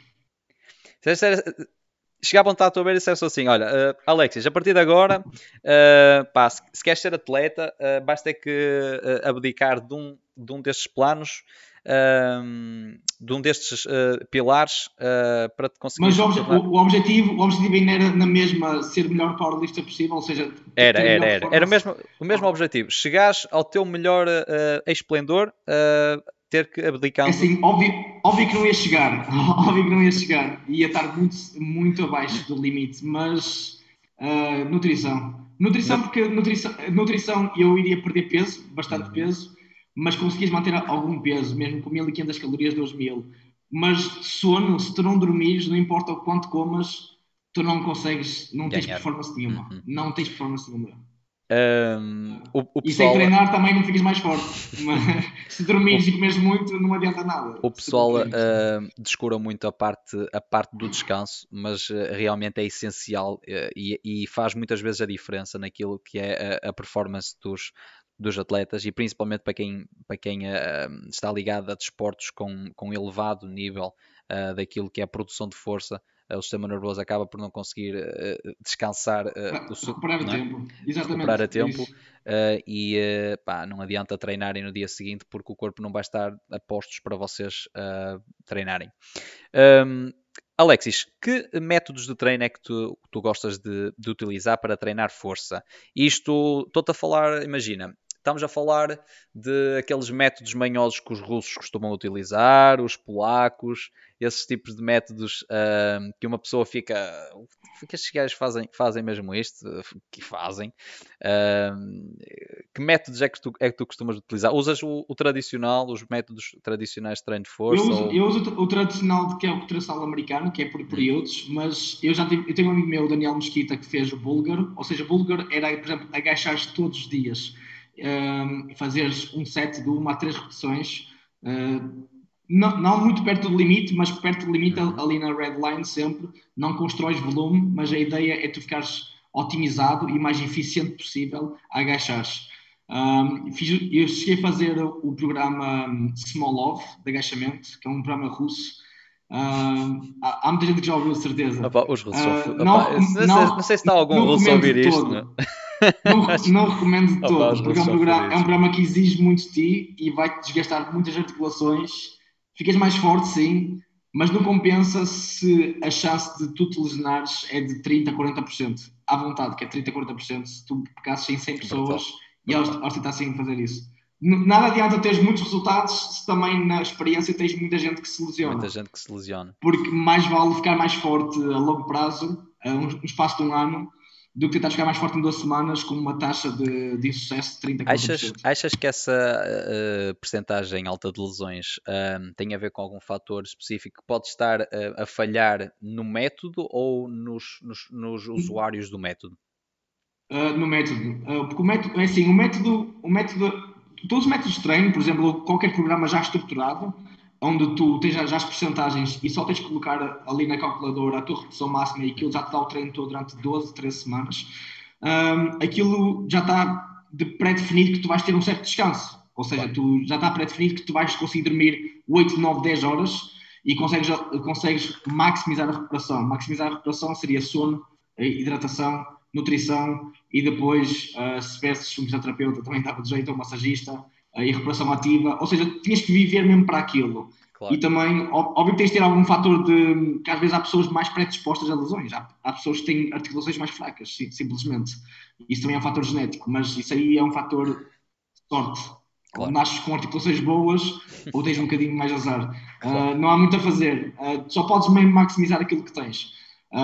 Speaker 1: Chegavam-te à tua beira e disseram assim: olha, uh, Alexis, a partir de agora, uh, pá, se, se queres ser atleta, uh, basta que uh, abdicar de um, de um destes planos, uh, de um destes uh, pilares, uh, para te
Speaker 2: mas
Speaker 1: conseguires
Speaker 2: o, obje- o,
Speaker 1: tornar.
Speaker 2: o objetivo, o objetivo ainda era na mesma ser o melhor powerlifter possível, ou seja,
Speaker 1: Era,
Speaker 2: ter a
Speaker 1: era,
Speaker 2: melhor
Speaker 1: era. Era o
Speaker 2: performance.
Speaker 1: mesmo, o mesmo
Speaker 2: Oh,
Speaker 1: objetivo. Chegares ao teu melhor uh, esplendor, uh, ter que
Speaker 2: é
Speaker 1: abdicando.
Speaker 2: assim, óbvio, óbvio que não ia chegar, óbvio que não ia chegar, ia estar muito, muito abaixo do limite, mas uh, nutrição. Nutrição,
Speaker 1: No...
Speaker 2: porque nutrição, nutrição eu iria perder peso, bastante
Speaker 1: Uhum.
Speaker 2: peso, mas conseguias manter algum peso, mesmo com mil e quinhentas calorias, dois mil. Mas sono, se tu não dormires, não importa o quanto comas, tu não consegues, não tens
Speaker 1: Ganhar.
Speaker 2: performance nenhuma.
Speaker 1: Uhum.
Speaker 2: Não tens performance nenhuma.
Speaker 1: Um, o, o
Speaker 2: E sem
Speaker 1: pessoal,
Speaker 2: treinar também não ficas mais forte. Mas se
Speaker 1: o,
Speaker 2: dormires e comes muito, não adianta nada.
Speaker 1: o
Speaker 2: Se tu não
Speaker 1: pessoal
Speaker 2: treinas.
Speaker 1: uh, descura muito a parte, a parte do descanso, mas uh, realmente é essencial uh, e, e faz muitas vezes a diferença naquilo que é a, a performance dos, dos atletas e principalmente para quem, para quem uh, está ligado a desportos com, com elevado nível uh, daquilo que é a produção de força. Uh, o sistema nervoso acaba por não conseguir uh, descansar uh, o su-
Speaker 2: Recuperar o
Speaker 1: não é?
Speaker 2: tempo.
Speaker 1: Recuperar
Speaker 2: Exatamente.
Speaker 1: a
Speaker 2: É
Speaker 1: tempo
Speaker 2: isso.
Speaker 1: uh, e uh, pá, não adianta treinarem no dia seguinte porque o corpo não vai estar a postos para vocês uh, treinarem. Um, Alexis, que métodos de treino é que tu, tu gostas de, de utilizar para treinar força? Isto, estou-te a falar, imagina, estamos a falar de aqueles métodos manhosos que os russos costumam utilizar, os polacos, esses tipos de métodos ah, que uma pessoa fica. Que estes gajos fazem, fazem mesmo isto? Que fazem. Ah, que métodos é que, tu, é que tu costumas utilizar? Usas o, o tradicional, os métodos tradicionais de treino de
Speaker 2: Eu
Speaker 1: força?
Speaker 2: uso,
Speaker 1: Ou...
Speaker 2: eu uso o tradicional, que é o tradicional americano, que é por
Speaker 1: Hum,
Speaker 2: períodos, mas eu já tive, eu tenho um amigo meu, Daniel Mesquita, que fez o búlgaro, ou seja, búlgaro era, por exemplo, agachar-te todos os dias, um, fazeres um set de uma a três repetições, uh, não, não muito perto do limite, mas perto do limite
Speaker 1: uhum.
Speaker 2: ali na red line sempre, não constróis volume, mas a ideia é tu ficares otimizado e mais eficiente possível a agachares. Um, fiz, eu cheguei a fazer o programa Small Love de agachamento, que é um programa russo. Um, há, há muita gente que já ouviu, de certeza.
Speaker 1: Opa, os russos são.
Speaker 2: Uh,
Speaker 1: fu- Opa,
Speaker 2: não,
Speaker 1: eu não, sei, não
Speaker 2: não,
Speaker 1: sei se está algum
Speaker 2: não
Speaker 1: russo a
Speaker 2: recomendo
Speaker 1: ouvir
Speaker 2: de
Speaker 1: isto, meu.
Speaker 2: todo. Não,
Speaker 1: Mas,
Speaker 2: não recomendo de
Speaker 1: opa, os
Speaker 2: todo, porque é
Speaker 1: russos
Speaker 2: um
Speaker 1: são
Speaker 2: programa, é um
Speaker 1: fodidos, meu.
Speaker 2: programa que exige muito de ti e vai-te desgastar muitas articulações. Ficas mais forte, sim, mas não compensa se a chance de tu te lesionares é de trinta a quarenta por cento. À vontade, que é trinta a quarenta por cento se tu pecasses em cem
Speaker 1: Brutal,
Speaker 2: pessoas e elas,
Speaker 1: brutal.
Speaker 2: elas tentassem fazer isso. N- Nada adianta teres muitos resultados se também na experiência tens muita gente que se
Speaker 1: Muita
Speaker 2: lesiona,
Speaker 1: gente que se lesiona.
Speaker 2: porque mais vale ficar mais forte a longo prazo, a um, um espaço de um ano, do que tentar ficar mais forte em duas semanas com uma taxa de, de insucesso de trinta a quarenta por
Speaker 1: Achas,
Speaker 2: cento.
Speaker 1: achas que essa uh, percentagem alta de lesões um, tem a ver com algum fator específico que pode estar uh, a falhar no método ou nos, nos, nos usuários do método?
Speaker 2: Uh, no método. Uh, porque o método, é assim, o método, o método, todos os métodos de treino, por exemplo, qualquer programa já estruturado, onde tu tens já, já as percentagens e só tens que colocar ali na calculadora a tua repetição máxima e aquilo já te dá o treino todo durante doze, treze semanas, um, aquilo já está de pré-definido que tu vais ter um certo descanso. Ou seja,
Speaker 1: Claro.
Speaker 2: tu já está pré-definido que tu vais conseguir dormir oito, nove, dez horas e consegues, consegues maximizar a recuperação. Maximizar a recuperação seria sono, hidratação, nutrição e depois, uh, se tivesses um fisioterapeuta, também dava de jeito, ou um massagista, uh, e recuperação ativa. Ou seja, tinhas que viver mesmo para aquilo. E
Speaker 1: Claro.
Speaker 2: também, óbvio que tens de ter algum fator de que às vezes há pessoas mais predispostas a lesões, há, há pessoas que têm articulações mais fracas, sim, simplesmente. Isso também é um fator genético, mas isso aí é um fator de sorte. Ou
Speaker 1: Claro.
Speaker 2: nasces com articulações boas ou tens um bocadinho mais azar.
Speaker 1: Claro.
Speaker 2: Uh, não há muito a fazer, uh, só podes mesmo maximizar aquilo que tens.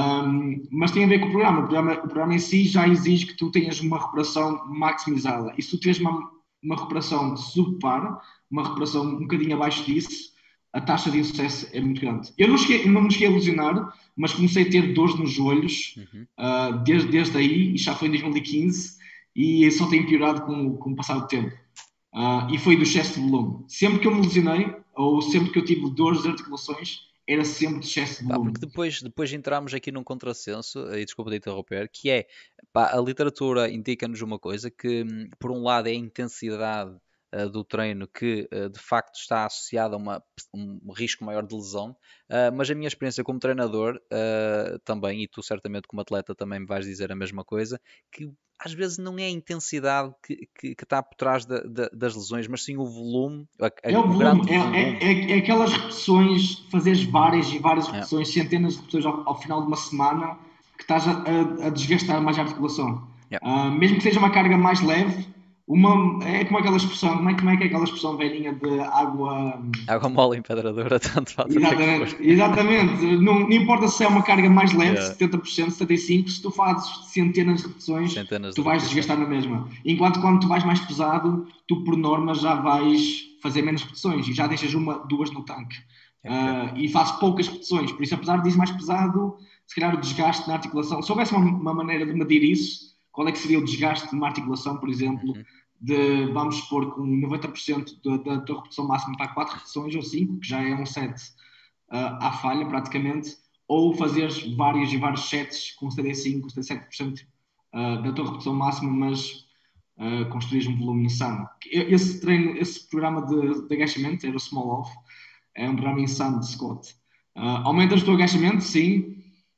Speaker 2: Um, mas tem a ver com o programa. O, programa. o programa em si já exige que tu tenhas uma recuperação maximizada. E se tu tiveres uma, uma recuperação subpar, uma recuperação um bocadinho abaixo disso, a taxa de insucesso é muito grande. Eu não, cheguei, não me cheguei a lesionar, mas comecei a ter dores nos joelhos
Speaker 1: Uhum.
Speaker 2: uh, desde, desde aí, e já foi em dois mil e quinze, e só tem piorado com, com o passar do tempo. Uh, e foi do excesso de volume. Sempre que eu me lesionei, ou sempre que eu tive dores de articulações, era sempre de excesso de
Speaker 1: Pá, porque
Speaker 2: volume.
Speaker 1: depois, depois entramos aqui num contrassenso, e desculpa de interromper, que é, pá, a literatura indica-nos uma coisa, que hum, por um lado é a intensidade uh, do treino que uh, de facto está associada a uma, um risco maior de lesão, uh, mas a minha experiência como treinador uh, também, e tu certamente como atleta também me vais dizer a mesma coisa, que às vezes não é a intensidade que, que, que está por trás da- da- das lesões, mas sim o volume, a-
Speaker 2: É
Speaker 1: a-
Speaker 2: o
Speaker 1: o
Speaker 2: volume,
Speaker 1: grande
Speaker 2: é,
Speaker 1: volume.
Speaker 2: é, é, é aquelas repetições, fazeres várias e várias
Speaker 1: É,
Speaker 2: repetições, centenas de repetições ao, ao final de uma semana, que estás a, a- a desgastar mais a articulação.
Speaker 1: é.
Speaker 2: Ah, mesmo que seja uma carga mais leve, uma, é como aquela expressão, como é, como é que é aquela expressão velhinha de água.
Speaker 1: Água mole em pedra dura, tanto faz o que é que for.
Speaker 2: Exatamente, exatamente. Não, não importa se é uma carga mais leve,
Speaker 1: Yeah.
Speaker 2: setenta por cento, setenta e cinco por cento, se tu fazes centenas de repetições,
Speaker 1: Centenas de
Speaker 2: tu vais
Speaker 1: repetições.
Speaker 2: desgastar na mesma. Enquanto quando tu vais mais pesado, tu por norma já vais fazer menos repetições e já deixas uma, duas no tanque.
Speaker 1: Ok.
Speaker 2: Uh, e fazes poucas repetições, por isso apesar de ir mais pesado, se calhar o desgaste na articulação, se houvesse uma, uma maneira de medir isso, qual é que seria o desgaste de uma articulação, por exemplo,
Speaker 1: Uhum.
Speaker 2: de, vamos supor, com noventa por cento da, da tua repetição máxima para quatro repetições ou cinco, que já é um set uh, à falha praticamente, ou fazeres vários e vários sets com setenta e cinco, setenta e sete por cento uh, da tua repetição máxima, mas uh, construís um volume insano. Esse treino, esse programa de, de agachamento, era o Small Off, é um programa insano de Scott. Uh, aumentas o teu agachamento, sim,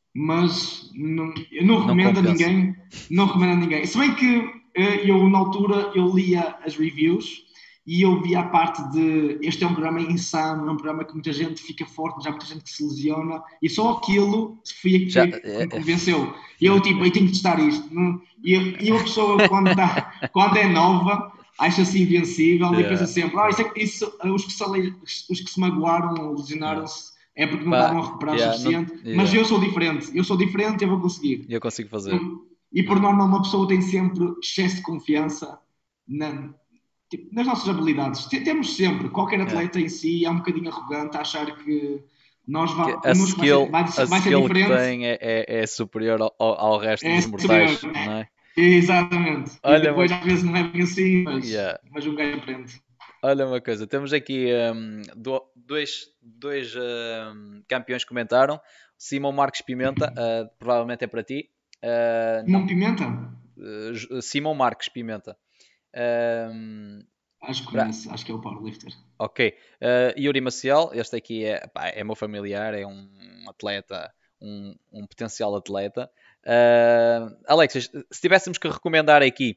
Speaker 2: mas não, eu não
Speaker 1: Não
Speaker 2: recomendo a
Speaker 1: compensa.
Speaker 2: ninguém, não recomendo a ninguém. Se bem que uh, eu, na altura, eu lia as reviews e eu vi a parte de este é um programa insano, é um programa que muita gente fica forte, mas há muita gente que se lesiona, e só aquilo foi,
Speaker 1: Já,
Speaker 2: foi que
Speaker 1: é,
Speaker 2: me
Speaker 1: é,
Speaker 2: convenceu. E eu, tipo, eu tenho que testar isto. Não? E, e uma pessoa, quando, tá, quando é nova, acha-se invencível e pensa
Speaker 1: yeah,
Speaker 2: sempre: ah, isso,
Speaker 1: yeah,
Speaker 2: é- isso, os, que se, ale- os que se magoaram ou
Speaker 1: yeah.
Speaker 2: lesionaram-se é porque não
Speaker 1: Pá,
Speaker 2: estavam a recuperar o
Speaker 1: yeah, não,
Speaker 2: suficiente. Mas
Speaker 1: yeah,
Speaker 2: eu sou diferente, eu sou diferente, eu vou conseguir.
Speaker 1: eu consigo fazer.
Speaker 2: Eu- e por
Speaker 1: Yeah,
Speaker 2: norma, uma pessoa tem sempre excesso de confiança na- tipo, nas nossas habilidades. T- Temos sempre, qualquer
Speaker 1: yeah.
Speaker 2: atleta em si é um bocadinho arrogante a achar que nós
Speaker 1: Que
Speaker 2: va-
Speaker 1: a
Speaker 2: connosco vai ser,
Speaker 1: skill,
Speaker 2: vai,
Speaker 1: a
Speaker 2: ser- vai ser
Speaker 1: skill que
Speaker 2: diferente,
Speaker 1: tem é, é, é superior ao, ao ao resto
Speaker 2: é
Speaker 1: dos
Speaker 2: superior.
Speaker 1: mortais, não é?
Speaker 2: Exatamente. E
Speaker 1: Olha
Speaker 2: depois
Speaker 1: uma,
Speaker 2: às vezes não é bem assim, mas,
Speaker 1: yeah.
Speaker 2: mas um gajo aprende.
Speaker 1: Olha uma coisa, temos aqui hum, do- dois, dois hum, campeões que comentaram. Simão Marques Pimenta, uh, provavelmente é para ti. Uh,
Speaker 2: Simão
Speaker 1: não,
Speaker 2: Pimenta?
Speaker 1: uh, Simão Marques Pimenta. Um,
Speaker 2: Acho que
Speaker 1: pra-
Speaker 2: conheço, acho que é o powerlifter.
Speaker 1: ok. Uh, Yuri Maciel, este aqui é, pá, é meu familiar, é um atleta, um, um potencial atleta. Uh, Alexis, se tivéssemos que recomendar aqui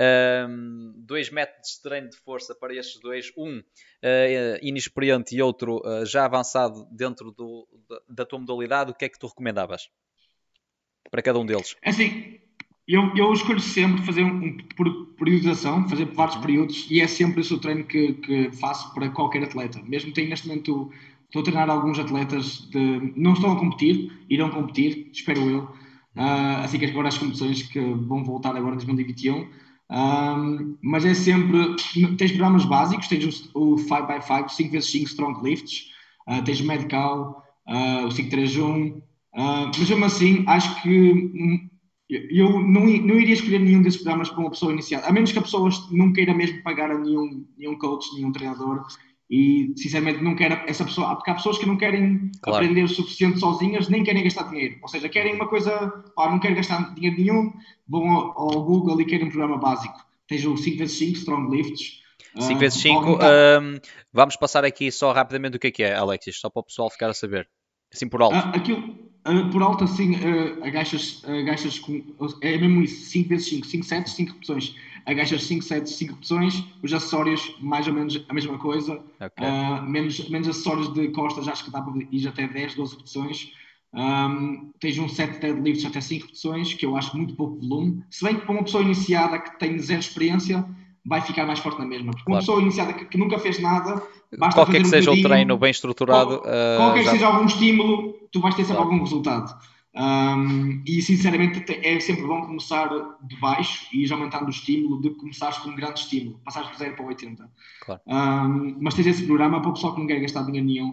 Speaker 1: um, dois métodos de treino de força para estes dois, um uh, inexperiente e outro uh, já avançado dentro do, da, da tua modalidade, o que é que tu recomendavas para cada um deles?
Speaker 2: É assim, eu, eu escolho sempre fazer um, um por periodização, fazer vários
Speaker 1: Uhum.
Speaker 2: períodos, e é sempre esse o treino que, que faço para qualquer atleta. Mesmo tenho neste momento, estou a treinar alguns atletas de, não estão a competir, irão competir, espero eu,
Speaker 1: Uhum.
Speaker 2: uh, assim que agora as competições que vão voltar agora em dois mil e vinte e um. Um, mas é sempre, tens programas básicos, tens o, o cinco por cinco, cinco vezes cinco strong lifts, uh, tens o Medcal, uh, o cinco três um, uh, mas mesmo assim acho que hum, eu não, não iria escolher nenhum desses programas para uma pessoa iniciada, a menos que a pessoa não queira mesmo pagar a nenhum, nenhum coach, nenhum treinador, e sinceramente não quero essa pessoa, porque há pessoas que não querem
Speaker 1: Claro.
Speaker 2: aprender o suficiente sozinhas, nem querem gastar dinheiro, ou seja, querem
Speaker 1: Uhum.
Speaker 2: uma coisa, pá, não quero gastar dinheiro nenhum, vão ao, ao Google e querem um programa básico, tens o cinco vezes cinco Strong Lifts,
Speaker 1: cinco
Speaker 2: uh,
Speaker 1: vezes
Speaker 2: para alguém
Speaker 1: cinco,
Speaker 2: que está.
Speaker 1: hum, vamos passar aqui só rapidamente o que é que é, Alexis, só para o pessoal ficar a saber. Assim por alto.
Speaker 2: Ah, aquilo, ah, por alto, assim, ah, agachas, agachas com. É mesmo isso, cinco vezes cinco, cinco sets, cinco repetições. Agachas cinco sets, cinco repetições. Os acessórios, mais ou menos a mesma coisa.
Speaker 1: Ok.
Speaker 2: Ah, menos, menos acessórios de costas, acho que dá para ir até dez, doze repetições. Um, tens um set de deadlifts até cinco repetições, que eu acho muito pouco volume. Se bem que para uma pessoa iniciada que tem zero experiência, vai ficar mais forte na mesma. Porque uma
Speaker 1: Claro.
Speaker 2: pessoa iniciada que, que nunca fez nada, basta
Speaker 1: Qualquer
Speaker 2: fazer
Speaker 1: que
Speaker 2: um
Speaker 1: seja o treino
Speaker 2: bocadinho,
Speaker 1: bem estruturado,
Speaker 2: qual-
Speaker 1: uh,
Speaker 2: qualquer que
Speaker 1: já.
Speaker 2: seja algum estímulo, tu vais ter sempre
Speaker 1: Claro.
Speaker 2: algum resultado. Um, e sinceramente é sempre bom começar de baixo e ir aumentando o estímulo de começares com um grande estímulo, passares de zero para oitenta.
Speaker 1: Claro.
Speaker 2: Um, mas tens esse programa para o pessoal que não quer gastar dinheiro nenhum.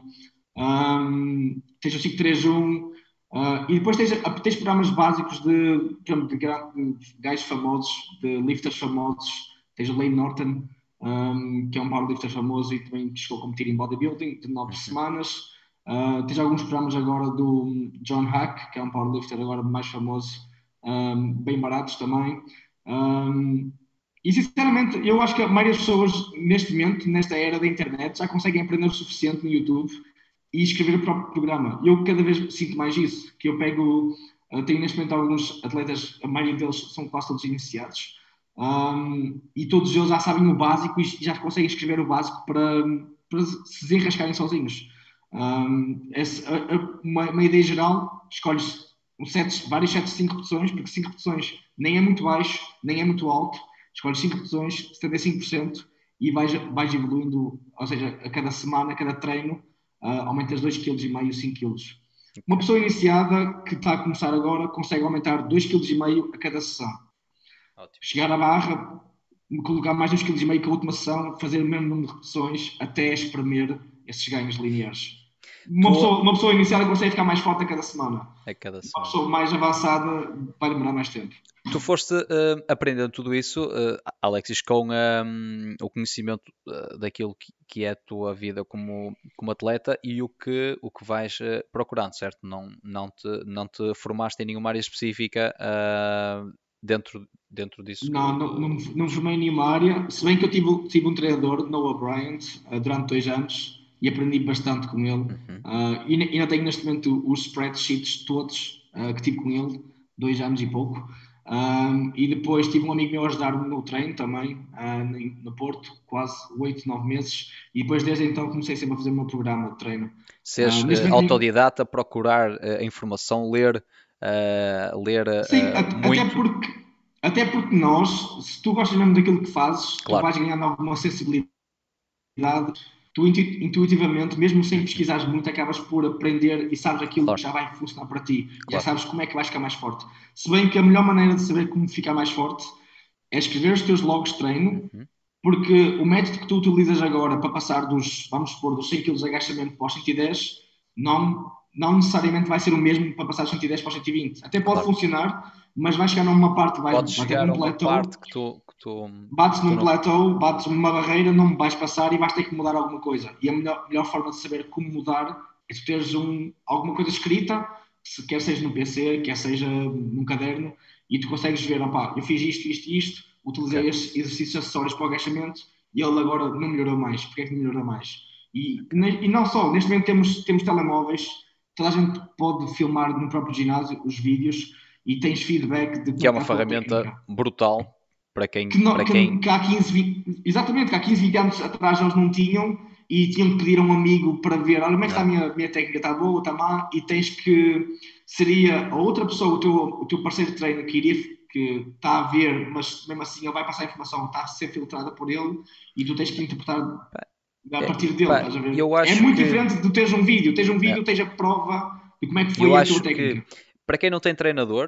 Speaker 2: Um, tens o cinco três um, uh, e depois tens, tens programas básicos de, por exemplo, de, de gajos famosos, de lifters famosos. Tens o Lane Norton, um, que é um powerlifter famoso e também chegou a competir em bodybuilding de nove
Speaker 1: Uhum.
Speaker 2: semanas. Uh, tens alguns programas agora do John Hack, que é um powerlifter agora mais famoso, um, bem baratos também. Um, e sinceramente, eu acho que a maioria das pessoas, neste momento, nesta era da internet, já conseguem aprender o suficiente no YouTube e escrever o próprio programa. Eu cada vez sinto mais isso, que eu pego, eu tenho neste momento alguns atletas, a maioria deles são quase todos iniciados, um, e todos eles já sabem o básico e já conseguem escrever o básico para, para se desenrascarem sozinhos. Um, esse, a, a, uma, uma ideia geral, escolhes um set, vários sets de cinco repetições, porque cinco repetições nem é muito baixo, nem é muito alto. Escolhes cinco repetições, setenta e cinco por cento, e vais, vais evoluindo, ou seja, a cada semana, a cada treino, uh, aumentas dois vírgula cinco quilos, cinco quilos. Uma
Speaker 1: Ok.
Speaker 2: pessoa iniciada que está a começar agora consegue aumentar dois vírgula cinco quilos a cada sessão.
Speaker 1: Ótimo.
Speaker 2: Chegar à barra, colocar mais dois vírgula cinco quilos com a última sessão, fazer o mesmo número de repetições até espremer esses ganhos lineares. Uma
Speaker 1: Tu,
Speaker 2: pessoa, uma pessoa iniciada consegue ficar mais forte a cada semana.
Speaker 1: a cada
Speaker 2: Uma
Speaker 1: semana.
Speaker 2: pessoa mais avançada vai demorar mais tempo.
Speaker 1: Tu foste uh, aprendendo tudo isso, uh, Alexis, com um, o conhecimento uh, daquilo que, que é a tua vida como, como atleta e o que, o que vais uh, procurando, certo? Não, não, te, não te formaste em nenhuma área específica uh, dentro, dentro disso.
Speaker 2: Não, não, não,
Speaker 1: Uh,
Speaker 2: me- não me formei em nenhuma área, se bem que eu tive, tive um treinador, Noah Bryant, eh, durante dois anos e aprendi bastante com ele.
Speaker 1: uhum.
Speaker 2: Ah, e ainda tenho neste momento os spreadsheets todos ah, que tive com ele, dois anos e pouco. Um, e depois tive um amigo meu a ajudar-me no treino também, uh, no Porto, quase oito, nove meses. E depois desde então comecei sempre a fazer o meu programa de treino.
Speaker 1: Seres
Speaker 2: Uh,
Speaker 1: uh,
Speaker 2: neste momento tenho...
Speaker 1: autodidata, procurar uh, a informação, ler, uh, ler
Speaker 2: Sim,
Speaker 1: uh,
Speaker 2: até
Speaker 1: muito,
Speaker 2: porque, até porque nós, se tu gostas mesmo daquilo que fazes, tu
Speaker 1: claro.
Speaker 2: vais ganhando alguma sensibilidade, tu intuitivamente, mesmo sem
Speaker 1: Uhum.
Speaker 2: pesquisares muito, acabas por aprender e sabes aquilo
Speaker 1: Claro,
Speaker 2: que já vai funcionar para ti. Já
Speaker 1: claro.
Speaker 2: sabes como é que vais ficar mais forte. Se bem que a melhor maneira de saber como ficar mais forte é escrever os teus logs de treino,
Speaker 1: Uhum.
Speaker 2: porque o método que tu utilizas agora para passar dos, vamos supor, dos cem quilos de agachamento para os cento e dez, não, não necessariamente vai ser o mesmo para passar dos cento e dez para os cento e vinte. Até pode
Speaker 1: Claro.
Speaker 2: funcionar, mas vai chegar numa parte, vai
Speaker 1: Podes
Speaker 2: bater
Speaker 1: chegar
Speaker 2: num
Speaker 1: a uma
Speaker 2: plateau,
Speaker 1: parte que tu, que tu,
Speaker 2: bates
Speaker 1: que tu
Speaker 2: num
Speaker 1: não.
Speaker 2: plateau, bates numa barreira, não vais passar e vais ter que mudar alguma coisa. E a melhor, melhor forma de saber como mudar é tu teres um, alguma coisa escrita, se quer seja no P C, quer seja num caderno, e tu consegues ver, opá, eu fiz isto, isto e isto,
Speaker 1: Ok,
Speaker 2: utilizei estes exercícios acessórios para o agachamento e ele agora não melhorou mais. Porquê é que não melhorou mais? E,
Speaker 1: ok.
Speaker 2: e não só, neste momento temos, temos telemóveis, toda a gente pode filmar no próprio ginásio os vídeos e tens feedback de como
Speaker 1: Que
Speaker 2: é
Speaker 1: é
Speaker 2: que
Speaker 1: uma
Speaker 2: está a tua
Speaker 1: ferramenta
Speaker 2: técnica
Speaker 1: brutal para quem,
Speaker 2: que, não,
Speaker 1: para
Speaker 2: que,
Speaker 1: quem
Speaker 2: que há quinze, vinte, exatamente, que há quinze, vinte anos atrás eles não tinham e tinham que pedir a um amigo para ver, olha como é que está a
Speaker 1: não,
Speaker 2: minha, minha técnica, está boa, está má, e tens que, seria a outra pessoa, o teu, o teu parceiro de treino que iria, que está a ver, mas mesmo assim ele vai passar a informação, está a ser filtrada por ele e tu tens que interpretar
Speaker 1: pá,
Speaker 2: a
Speaker 1: é,
Speaker 2: partir dele,
Speaker 1: pá,
Speaker 2: estás a ver?
Speaker 1: eu
Speaker 2: É
Speaker 1: acho
Speaker 2: muito
Speaker 1: que
Speaker 2: diferente de teres um vídeo, tens um
Speaker 1: é,
Speaker 2: vídeo, tens a prova de como é que
Speaker 1: eu
Speaker 2: foi a tua
Speaker 1: acho que
Speaker 2: técnica.
Speaker 1: para quem não tem treinador,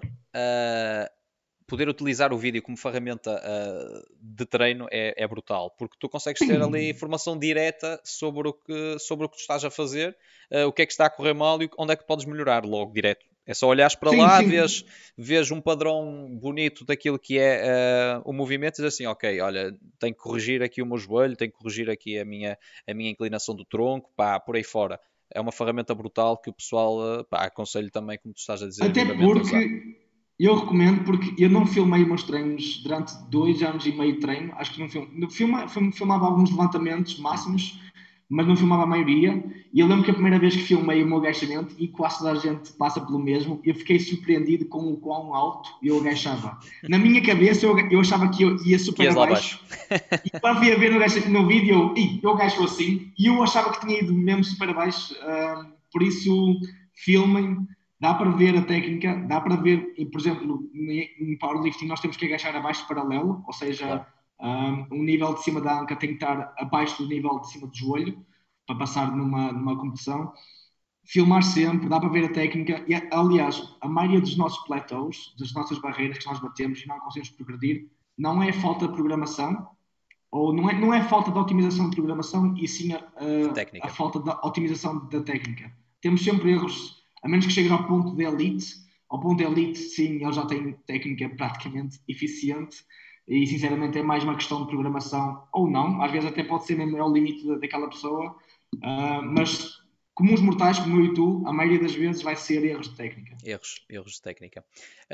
Speaker 1: uh, poder utilizar o vídeo como ferramenta uh, de treino é, é, brutal, porque tu consegues ter ali
Speaker 2: Sim,
Speaker 1: informação direta sobre o que, sobre o que tu estás a fazer, uh, o que é que está a correr mal e onde é que podes melhorar logo direto. É só olhares para
Speaker 2: sim,
Speaker 1: lá,
Speaker 2: sim.
Speaker 1: vês, vês um padrão bonito daquilo que é uh, o movimento e dizes assim, ok, olha, tenho que corrigir aqui o meu joelho, tenho que corrigir aqui a minha, a minha inclinação do tronco, pá, por aí fora. É uma ferramenta brutal que o pessoal, uh, pá, aconselho também, como tu estás a dizer,
Speaker 2: Até
Speaker 1: vivamente a usar.
Speaker 2: porque eu recomendo, porque eu não filmei meus treinos durante dois anos e meio de treino. Acho que não filmei. Filma, filmava alguns levantamentos
Speaker 1: Uhum.
Speaker 2: máximos, mas não filmava a maioria. E eu lembro que a primeira vez que filmei o meu agachamento, e quase toda a gente passa pelo mesmo, eu fiquei surpreendido com o quão alto eu agachava. Na minha cabeça, eu, eu achava que eu ia
Speaker 1: Que
Speaker 2: super
Speaker 1: ias lá
Speaker 2: abaixo.
Speaker 1: abaixo.
Speaker 2: E quando fui a ver no, agacha- no vídeo, eu, eu agacho assim. E eu achava que tinha ido mesmo super abaixo. Ah, por isso, filmem, dá para ver a técnica, dá para ver, e, por exemplo, em powerlifting nós temos que agachar abaixo paralelo, ou seja,
Speaker 1: Claro.
Speaker 2: um, um nível de cima da anca tem que estar abaixo do nível de cima do joelho para passar numa, numa competição. Filmar sempre, dá para ver a técnica. E, aliás, a maioria dos nossos plateaus, das nossas barreiras que nós batemos e não conseguimos progredir, não é falta de programação, ou não é, não é falta de otimização de programação, e sim a,
Speaker 1: De
Speaker 2: a, a
Speaker 1: técnica.
Speaker 2: falta da otimização da técnica. Temos sempre erros, a menos que cheguem ao ponto de elite. Ao ponto de elite, sim, ele já tem técnica praticamente eficiente e, sinceramente, é mais uma questão de programação ou não. Às vezes até pode ser mesmo é o limite daquela pessoa, uh, mas comuns mortais como eu e tu, a maioria das vezes vai ser erros de técnica.
Speaker 1: Erros, erros de técnica.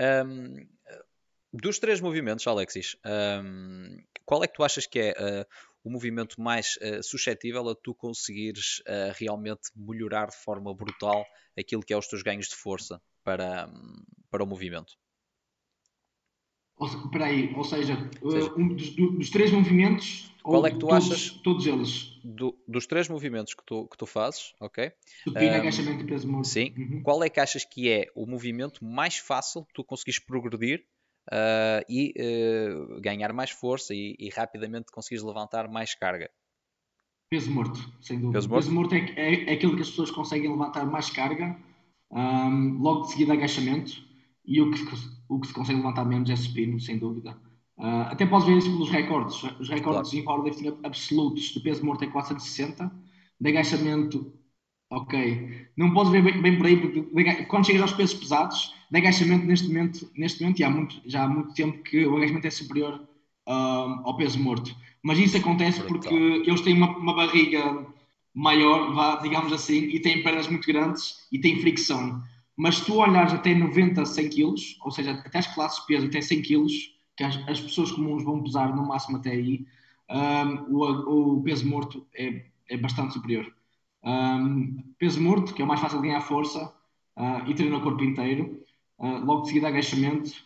Speaker 1: Um, dos três movimentos, Alexis, um, qual é que tu achas que é uh, o movimento mais uh, suscetível a tu conseguires uh, realmente melhorar de forma brutal aquilo que é os teus ganhos de força para, um, para o movimento?
Speaker 2: Espera aí, ou seja,
Speaker 1: Ou seja,
Speaker 2: uh, um dos, dos, três movimentos
Speaker 1: qual
Speaker 2: ou
Speaker 1: é que
Speaker 2: de
Speaker 1: tu achas
Speaker 2: todos, todos eles?
Speaker 1: do, dos três movimentos que tu, que tu fazes, ok?
Speaker 2: Supino,
Speaker 1: Um,
Speaker 2: agachamento e peso morto.
Speaker 1: sim,
Speaker 2: Uhum.
Speaker 1: qual é que achas que é o movimento mais fácil que tu conseguires progredir uh, e uh, ganhar mais força e, e rapidamente conseguires levantar mais carga?
Speaker 2: Peso morto, sem dúvida.
Speaker 1: Peso
Speaker 2: Peso
Speaker 1: morto?
Speaker 2: morto é, é, é aquilo que as pessoas conseguem levantar mais carga, um, logo de seguida agachamento, e o que, o que se consegue levantar menos é supino, sem dúvida. Uh, até podes ver isso pelos recordes. Os
Speaker 1: Claro.
Speaker 2: recordes em powerlifting absolutos de peso morto é quatrocentos e sessenta, de agachamento, ok. Não podes ver bem, bem por aí, porque quando chegas aos pesos pesados, de agachamento neste momento, neste momento e há muito, já há muito tempo que o agachamento é superior um, ao peso morto. Mas isso acontece porque
Speaker 1: Brutal.
Speaker 2: eles têm uma, uma barriga maior, vá, digamos assim, e têm pernas muito grandes e têm fricção. Mas se tu olhares até noventa, cem quilos, ou seja, até as classes de peso até cem quilos, que as, as pessoas comuns vão pesar no máximo até aí, um, o, o peso morto é, é bastante superior. Um, peso morto, que é o mais fácil de ganhar força, uh, e treina o corpo inteiro. Uh, logo de seguida agachamento,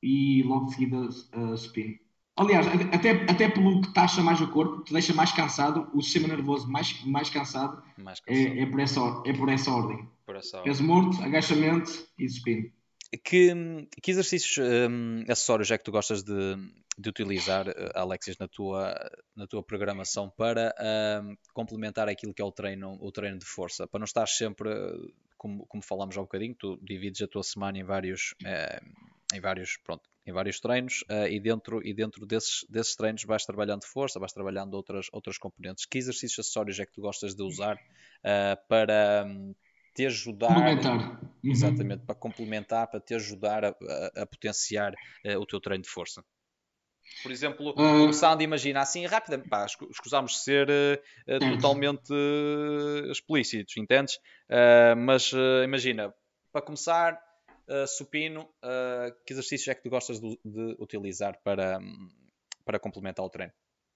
Speaker 2: e logo de seguida uh, supino. Aliás, até, até pelo que taxa mais o corpo, te deixa mais cansado, o sistema nervoso mais, mais cansado,
Speaker 1: Mais cansado.
Speaker 2: é, é, por essa, é por essa ordem.
Speaker 1: Por essa
Speaker 2: Peso
Speaker 1: ordem.
Speaker 2: morto, agachamento e supino.
Speaker 1: Que, que exercícios um, acessórios é que tu gostas de, de utilizar, Alexis, na tua, na tua programação para um, complementar aquilo que é o treino, o treino de força? Para não estar sempre, como, como falámos há um bocadinho, tu divides a tua semana em vários, eh, em vários, pronto, em vários treinos uh, e dentro, e dentro desses, desses treinos vais trabalhando força, vais trabalhando outras, outras componentes. Que exercícios acessórios é que tu gostas de usar uh, para... Um, te ajudar,
Speaker 2: complementar.
Speaker 1: exatamente,
Speaker 2: Uhum.
Speaker 1: para complementar, para te ajudar a, a, a potenciar uh, o teu treino de força. Por exemplo,
Speaker 2: Uh,
Speaker 1: começando, imagina assim, rápido, pá, escusamos de ser uh, uh, totalmente uh, explícitos, entendes? Uh, mas uh, imagina, para começar, uh, supino, uh, que exercícios é que tu gostas de, de utilizar para, um, para complementar o treino?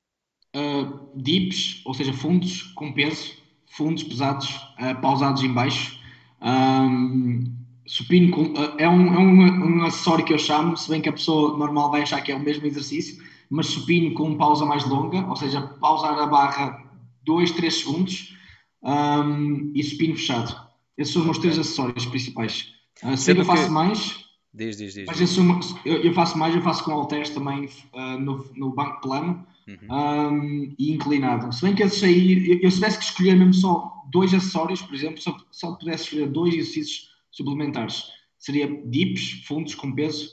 Speaker 2: uh, dips, ou seja, fundos com peso, fundos pesados, uh, pausados em baixo. Um, supino com, uh, é, um, é um, um acessório que eu chamo, se bem que a pessoa normal vai achar que é o mesmo exercício, mas supino com pausa mais longa, ou seja, pausar a barra dois três segundos, um, e supino fechado. Esses são os meus
Speaker 1: Ok.
Speaker 2: três acessórios principais. Uh, se bem que eu
Speaker 1: Sendo
Speaker 2: faço
Speaker 1: que...
Speaker 2: mais,
Speaker 1: Diz, diz, diz,
Speaker 2: mas
Speaker 1: diz.
Speaker 2: eu, sou, eu, eu faço mais, eu faço com halteres também uh, no, no banco plano,
Speaker 1: Uhum.
Speaker 2: um, e inclinado. Se bem que esses aí, eu, eu se tivesse que escolher mesmo só dois acessórios, por exemplo, só, só pudesse escolher dois exercícios suplementares, seria dips, fundos com peso,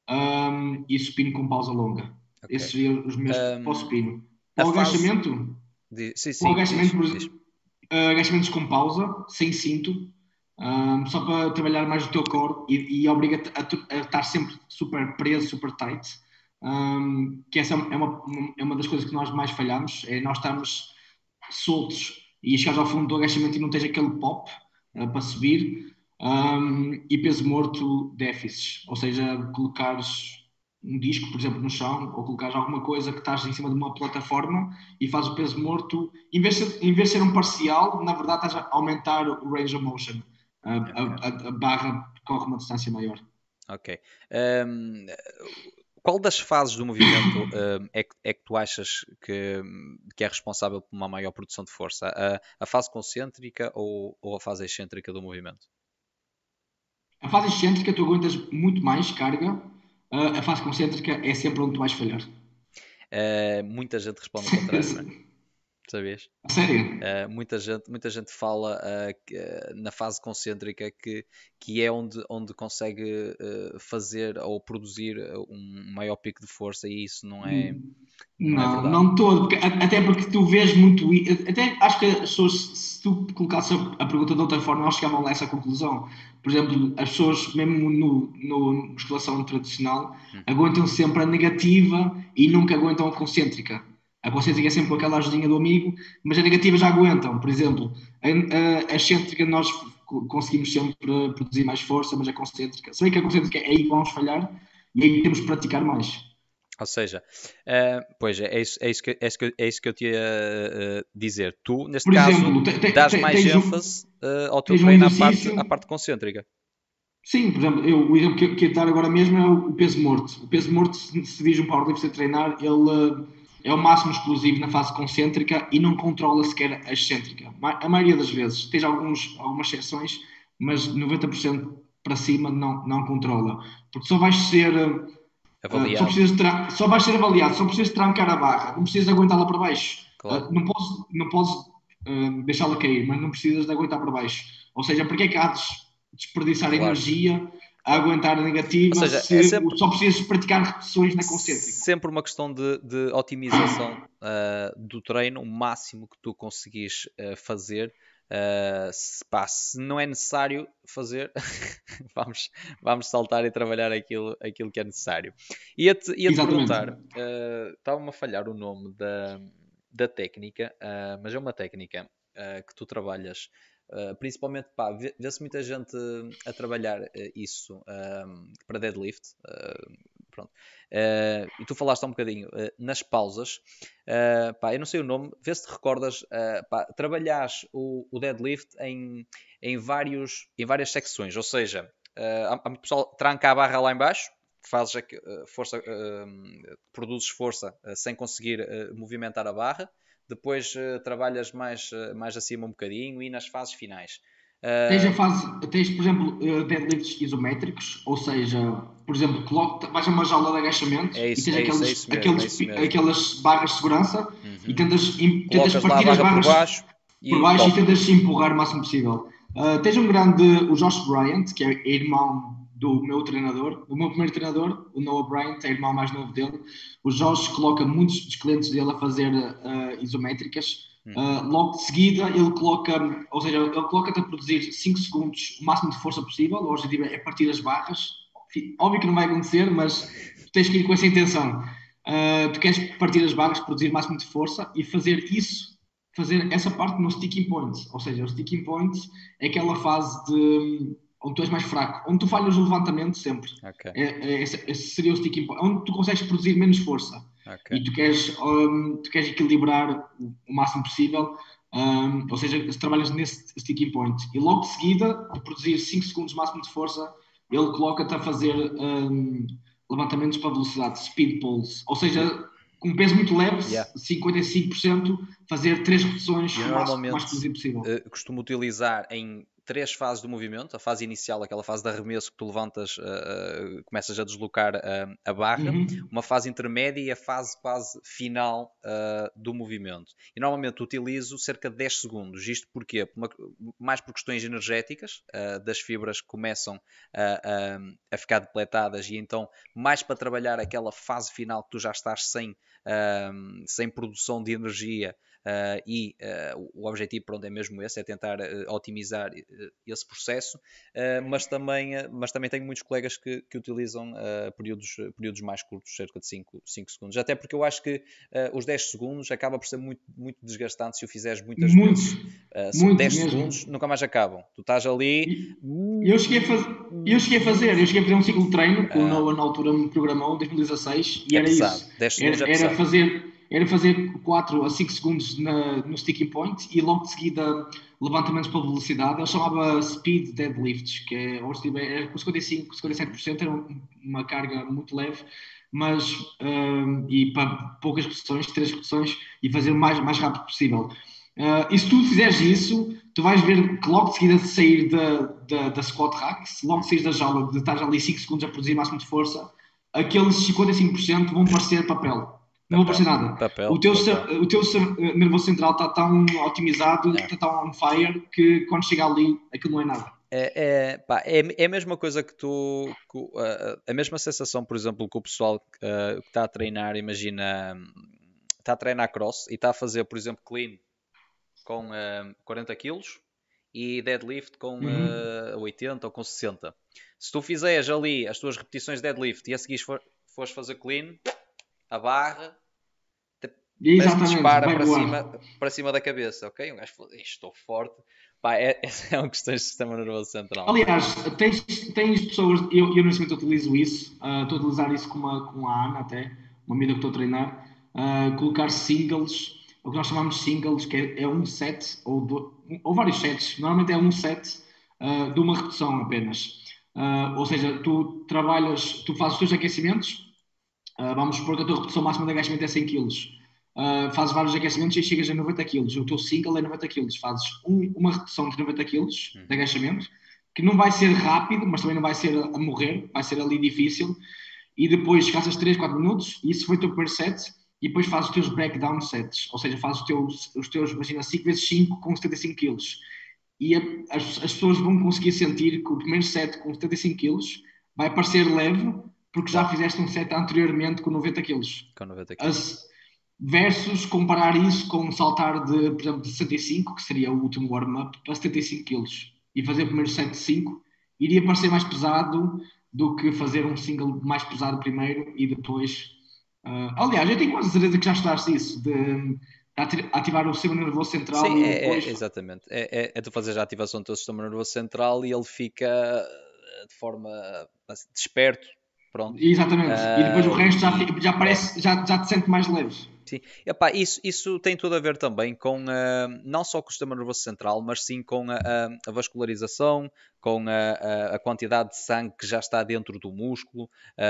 Speaker 2: um, e supino com pausa longa.
Speaker 1: Ok.
Speaker 2: Esses seriam os meus para o
Speaker 1: Um,
Speaker 2: supino.
Speaker 1: a
Speaker 2: Para o
Speaker 1: fase...
Speaker 2: agachamento,
Speaker 1: Diz, sim,
Speaker 2: para o
Speaker 1: sim,
Speaker 2: agachamento,
Speaker 1: diz,
Speaker 2: por
Speaker 1: diz.
Speaker 2: exemplo, uh, agachamentos com pausa, sem cinto, um, só para trabalhar mais o teu core e, e obriga-te a, a, estar sempre super preso, super tight. Um, que essa é uma, é uma das coisas que nós mais falhamos, é nós estarmos soltos e chegares ao fundo do agachamento e não tens aquele pop uh, para subir. Um, e peso morto, déficits, ou seja, colocares um disco, por exemplo, no chão, ou colocares alguma coisa que estás em cima de uma plataforma e faz o peso morto, em vez de ser, em vez de ser um parcial, na verdade estás a aumentar o range of motion. A,
Speaker 1: Ok,
Speaker 2: a, a barra corre uma distância maior.
Speaker 1: ok. Um, qual das fases do movimento um, é, que, é que tu achas que, que é responsável por uma maior produção de força? A, a fase concêntrica ou, ou a fase excêntrica do movimento?
Speaker 2: A fase excêntrica tu aguentas muito mais carga, a fase concêntrica é sempre onde tu vais falhar.
Speaker 1: Uh, muita gente responde o contrário, não é? Sabias?
Speaker 2: A sério?
Speaker 1: Uh, muita gente, muita gente fala uh, que, uh, na fase concêntrica que, que é onde, onde consegue uh, fazer ou produzir um maior pico de força e isso não é, não é
Speaker 2: Não,
Speaker 1: verdade.
Speaker 2: não todo, porque, até porque tu vês muito. Até acho que as pessoas, se tu colocasses a, a pergunta de outra forma, elas chegavam a essa conclusão. Por exemplo, as pessoas, mesmo no, no musculação tradicional,
Speaker 1: Uhum.
Speaker 2: aguentam sempre a negativa e nunca aguentam a concêntrica. A concêntrica é sempre com aquela ajudinha do amigo, mas a negativa já aguentam. Por exemplo, a, a, a excêntrica nós conseguimos sempre produzir mais força, mas a concêntrica, se bem que a concêntrica é aí que vamos falhar e aí temos que praticar mais.
Speaker 1: Ou seja, uh, pois é, é isso, é, isso que, é, isso que, é isso que eu te ia uh, dizer. Tu, neste
Speaker 2: Por
Speaker 1: caso,
Speaker 2: exemplo, te,
Speaker 1: dás
Speaker 2: te,
Speaker 1: mais
Speaker 2: tens, um,
Speaker 1: ênfase uh, ao teu
Speaker 2: tens um
Speaker 1: treino à parte,
Speaker 2: exercício.
Speaker 1: à parte concêntrica.
Speaker 2: Sim, por exemplo, eu, o exemplo que eu quero dar agora mesmo é o, o peso morto. O peso morto, se, se diz um powerlifter a treinar, ele uh, é o máximo explosivo na fase concêntrica e não controla sequer a excêntrica. A maioria das vezes, tens alguns, algumas exceções, mas noventa por cento para cima não, não controla. Porque só vais ser. Uh, só,
Speaker 1: Avaliado,
Speaker 2: precisas tra- só vais ser avaliado, só precisas trancar a barra, não precisas aguentá-la para baixo.
Speaker 1: claro.
Speaker 2: Uh, não podes, não podes uh, deixá-la cair, mas não precisas de aguentar para baixo. Ou seja, porque é que há de desperdiçar
Speaker 1: Claro,
Speaker 2: energia a
Speaker 1: claro.
Speaker 2: aguentar a
Speaker 1: Ou
Speaker 2: negativa
Speaker 1: seja, é
Speaker 2: se
Speaker 1: sempre,
Speaker 2: só precisas praticar repetições na concêntrica?
Speaker 1: sempre uma questão de, de otimização uh, do treino, o máximo que tu conseguis uh, fazer. Uh, se, pá, se não é necessário fazer, vamos, vamos saltar e trabalhar aquilo, aquilo que é necessário. Ia-te ia-te
Speaker 2: Exatamente.
Speaker 1: perguntar, uh, estava-me a falhar o nome da, da técnica, uh, mas é uma técnica uh, que tu trabalhas. Uh, principalmente, pá, vê- vê-se muita gente a trabalhar uh, isso um, para deadlift. Uh, pronto. Uh, e tu falaste há um bocadinho uh, nas pausas. Uh, pá, eu não sei o nome, vê se te recordas. Uh, pá, trabalhas o, o deadlift em, em, vários, em várias secções, ou seja, uh, há, há muito pessoal tranca a barra lá em baixo, fazes uh, força, uh, produzes força uh, sem conseguir uh, movimentar a barra, depois uh, trabalhas mais, uh, mais acima um bocadinho e nas fases finais.
Speaker 2: Tens, a
Speaker 1: Uh,
Speaker 2: fase, tens, por exemplo, eh, deadlifts isométricos, ou seja, por exemplo, coloca, vais a uma jaula de agachamento
Speaker 1: é
Speaker 2: e
Speaker 1: isso,
Speaker 2: tens
Speaker 1: é isso, é
Speaker 2: aqueles,
Speaker 1: isso mesmo, é
Speaker 2: aqueles,
Speaker 1: isso
Speaker 2: pi-
Speaker 1: mesmo.
Speaker 2: aquelas barras de segurança e
Speaker 1: Uhum.
Speaker 2: tentas, im- tentas
Speaker 1: Colocas lá a
Speaker 2: partir as
Speaker 1: barra por
Speaker 2: barras
Speaker 1: baixo
Speaker 2: por
Speaker 1: e
Speaker 2: baixo e
Speaker 1: top.
Speaker 2: tentas empurrar o máximo possível. Uh, tens um grande, o Josh Bryant, que é irmão do meu treinador, o meu primeiro treinador, o Noah Bryant, é irmão mais novo dele. O Josh coloca muitos dos clientes dele a fazer uh, isométricas.
Speaker 1: Uhum.
Speaker 2: Uh, logo de seguida, ele coloca, ou seja, ele coloca-te a produzir cinco segundos, o máximo de força possível. O objetivo é partir as barras. Óbvio que não vai acontecer, mas tu tens que ir com essa intenção. Uh, tu queres partir as barras, produzir o máximo de força e fazer isso, fazer essa parte no sticking point. Ou seja, o sticking point é aquela fase de onde tu és mais fraco, onde tu falhas o levantamento sempre.
Speaker 1: Ok,
Speaker 2: É, é, esse, esse seria o sticking point, onde tu consegues produzir menos força
Speaker 1: ok.
Speaker 2: e tu queres, um, tu queres equilibrar o, o máximo possível. Um, ou seja, se trabalhas nesse sticking point e logo de seguida, de produzir cinco segundos máximo de força, ele coloca-te a fazer um, levantamentos para velocidade, speed pulls, ou
Speaker 1: Yeah.
Speaker 2: seja, com um peso muito leve,
Speaker 1: Yeah.
Speaker 2: cinquenta e cinco por cento, fazer três repetições
Speaker 1: Eu
Speaker 2: o máximo, mais
Speaker 1: normalmente
Speaker 2: explosivo possível.
Speaker 1: uh, costumo utilizar em três fases do movimento. A fase inicial, aquela fase de arremesso que tu levantas, uh, uh, começas a deslocar uh, a barra.
Speaker 2: Uhum.
Speaker 1: Uma fase intermédia e a fase quase final uh, do movimento. E normalmente utilizo cerca de dez segundos. Isto porquê? Uma, mais por questões energéticas, uh, das fibras que começam a, a, a ficar depletadas e então mais para trabalhar aquela fase final que tu já estás sem, uh, sem produção de energia. Uh, e uh, o objetivo pronto, é mesmo esse, é tentar uh, otimizar uh, esse processo, uh, mas, também, uh, mas também tenho muitos colegas que, que utilizam uh, períodos, períodos mais curtos, cerca de cinco segundos, até porque eu acho que uh, os dez segundos acaba por ser muito, muito desgastante se o fizeres muitas
Speaker 2: Muito,
Speaker 1: vezes. Uh, são
Speaker 2: muito
Speaker 1: dez
Speaker 2: mesmo.
Speaker 1: segundos, nunca mais acabam. Tu estás ali...
Speaker 2: E eu cheguei a fazer, eu cheguei a fazer, eu cheguei a fazer um ciclo de treino que o
Speaker 1: Uh,
Speaker 2: Noah na altura me programou, em dois mil e dezasseis, e
Speaker 1: é
Speaker 2: era
Speaker 1: pesado,
Speaker 2: isso.
Speaker 1: dez segundos
Speaker 2: Era,
Speaker 1: é
Speaker 2: era
Speaker 1: pesado.
Speaker 2: fazer, era fazer quatro a cinco segundos na, no sticking point e logo de seguida levantamentos para velocidade. Ele chamava speed deadlifts, que é, era com cinquenta e cinco, cinquenta e sete por cento, era uma carga muito leve, mas um, e para poucas repetições, três repetições, e fazer o mais, mais rápido possível. Uh, e se tu fizeres isso, tu vais ver que logo de seguida de sair da, da, da squat rack, se logo de sair da jaula, de estar ali cinco segundos a produzir máximo de força, aqueles cinquenta e cinco por cento vão parecer papel. Não vão parecer
Speaker 1: Papel,
Speaker 2: nada.
Speaker 1: papel,
Speaker 2: O teu,
Speaker 1: papel.
Speaker 2: o teu nervoso central está tão otimizado,
Speaker 1: É.
Speaker 2: está tão on fire, que quando chega ali, aquilo não é nada.
Speaker 1: É, é, pá, é, é a mesma coisa que tu. Que, uh, a mesma sensação, por exemplo, que o pessoal uh, que está a treinar, imagina, está a treinar cross e está a fazer, por exemplo, clean com uh, quarenta quilos e deadlift com
Speaker 2: Uhum.
Speaker 1: uh, oitenta ou com sessenta. Se tu fizeres ali as tuas repetições de deadlift e a seguir for, fores fazer clean, a barra parece que
Speaker 2: Exatamente,
Speaker 1: dispara
Speaker 2: vai
Speaker 1: para
Speaker 2: voar.
Speaker 1: cima, para cima da cabeça, ok? Um gajo fala, estou forte. Pá, é, é uma questão de sistema nervoso central.
Speaker 2: Aliás, tens, tens pessoas, eu, eu neste momento utilizo isso, uh, estou a utilizar isso com, uma, com a Ana até, uma amiga que estou a treinar, uh, colocar singles, o que nós chamamos de singles, que é, é um set, ou, do, ou vários sets, normalmente é um set uh, de uma repetição apenas. Uh, ou seja, tu trabalhas, tu fazes os teus aquecimentos, uh, vamos supor que a tua repetição máxima de agachamento é cem quilos. Uh, fazes vários aquecimentos e chegas a noventa quilos. O teu single é noventa quilos. Fazes um, uma repetição de noventa quilos
Speaker 1: Uhum.
Speaker 2: de agachamento, que não vai ser rápido, mas também não vai ser a, a morrer, vai ser ali difícil. E depois descansas três, quatro minutos, e isso foi o teu primeiro set. E depois fazes os teus breakdown sets, ou seja, fazes os teus, os teus imagina, cinco vezes cinco com setenta e cinco quilos. E a, as, as pessoas vão conseguir sentir que o primeiro set com setenta e cinco quilos vai parecer leve, porque já
Speaker 1: Claro,
Speaker 2: fizeste um set anteriormente com noventa quilos.
Speaker 1: com noventa quilos.
Speaker 2: As, versus comparar isso com um saltar de, por exemplo, de sessenta e cinco, que seria o último warm-up, para setenta e cinco quilos. E fazer o primeiro set de cinco iria parecer mais pesado do que fazer um single mais pesado primeiro e depois. Uh, aliás, eu tenho quase certeza que já estudaste isso, de, de ativar o sistema nervoso central
Speaker 1: Sim,
Speaker 2: e
Speaker 1: é, é,
Speaker 2: depois.
Speaker 1: exatamente. É, é, é tu fazeres a ativação do teu sistema nervoso central e ele fica uh, de forma assim, desperto. Pronto.
Speaker 2: Exatamente. E depois o resto já,
Speaker 1: Uh, e
Speaker 2: já
Speaker 1: é,
Speaker 2: parece, já, já te sente mais leve.
Speaker 1: Sim, epá, isso, isso tem tudo a ver também com uh, não só com o sistema nervoso central, mas sim com a, a, a vascularização, com a, a, a quantidade de sangue que já está dentro do músculo, uh,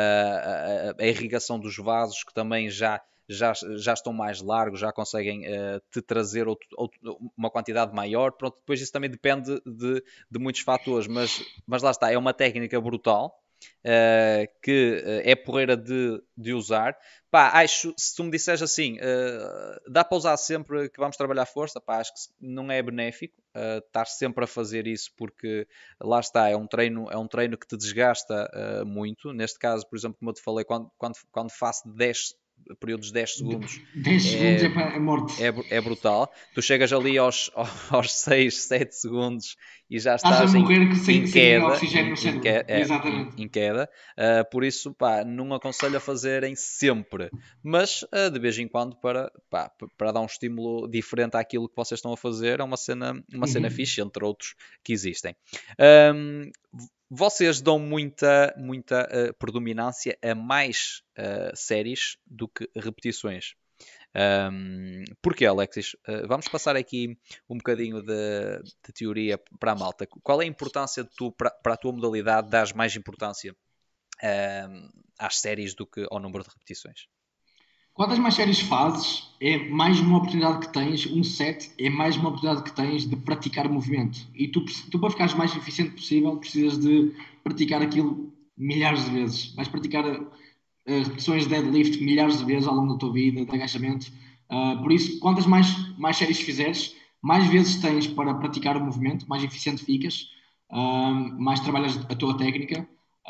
Speaker 1: a, a irrigação dos vasos que também já, já, já estão mais largos, já conseguem uh, te trazer outro, outro, uma quantidade maior. Pronto, depois isso também depende de, de muitos fatores, mas, mas lá está, é uma técnica brutal. Uh, que uh, é porreira de, de usar. Pá, acho, se tu me disseres assim, uh, dá para usar sempre que vamos trabalhar força, pá, acho que não é benéfico uh, estar sempre a fazer isso, porque lá está, é um treino, é um treino que te desgasta uh, muito. Neste caso, por exemplo, como eu te falei, quando, quando, quando faço dez períodos de dez segundos,
Speaker 2: dez segundos
Speaker 1: é,
Speaker 2: é, para, é morte.
Speaker 1: é, é brutal. Tu chegas ali aos, aos seis, sete segundos e já
Speaker 2: Estás a
Speaker 1: estás em,
Speaker 2: morrer sem,
Speaker 1: em
Speaker 2: sem
Speaker 1: queda,
Speaker 2: oxigênio
Speaker 1: em,
Speaker 2: no
Speaker 1: em,
Speaker 2: cérebro.
Speaker 1: que- é, em,
Speaker 2: Exatamente.
Speaker 1: em queda. Uh, por isso, pá, não aconselho a fazerem sempre, mas uh, de vez em quando para, pá, para dar um estímulo diferente àquilo que vocês estão a fazer, é uma cena, uma cena
Speaker 2: Uhum.
Speaker 1: fixe, entre outros que existem. Um, vocês dão muita, muita uh, predominância a mais uh, séries do que repetições. Um, porquê, Alexis? Uh, vamos passar aqui um bocadinho de, de teoria para a malta. Qual é a importância de tu, para, para a tua modalidade, dares mais importância um, às séries do que ao número de repetições?
Speaker 2: Quantas mais séries fazes, é mais uma oportunidade que tens, um set é mais uma oportunidade que tens de praticar o movimento. E tu, tu para ficares mais eficiente possível, precisas de praticar aquilo milhares de vezes. Vais praticar uh, repetições de deadlift milhares de vezes ao longo da tua vida, de agachamento. Uh, por isso, quantas mais, mais séries fizeres, mais vezes tens para praticar o movimento, mais eficiente ficas, uh, mais trabalhas a tua técnica.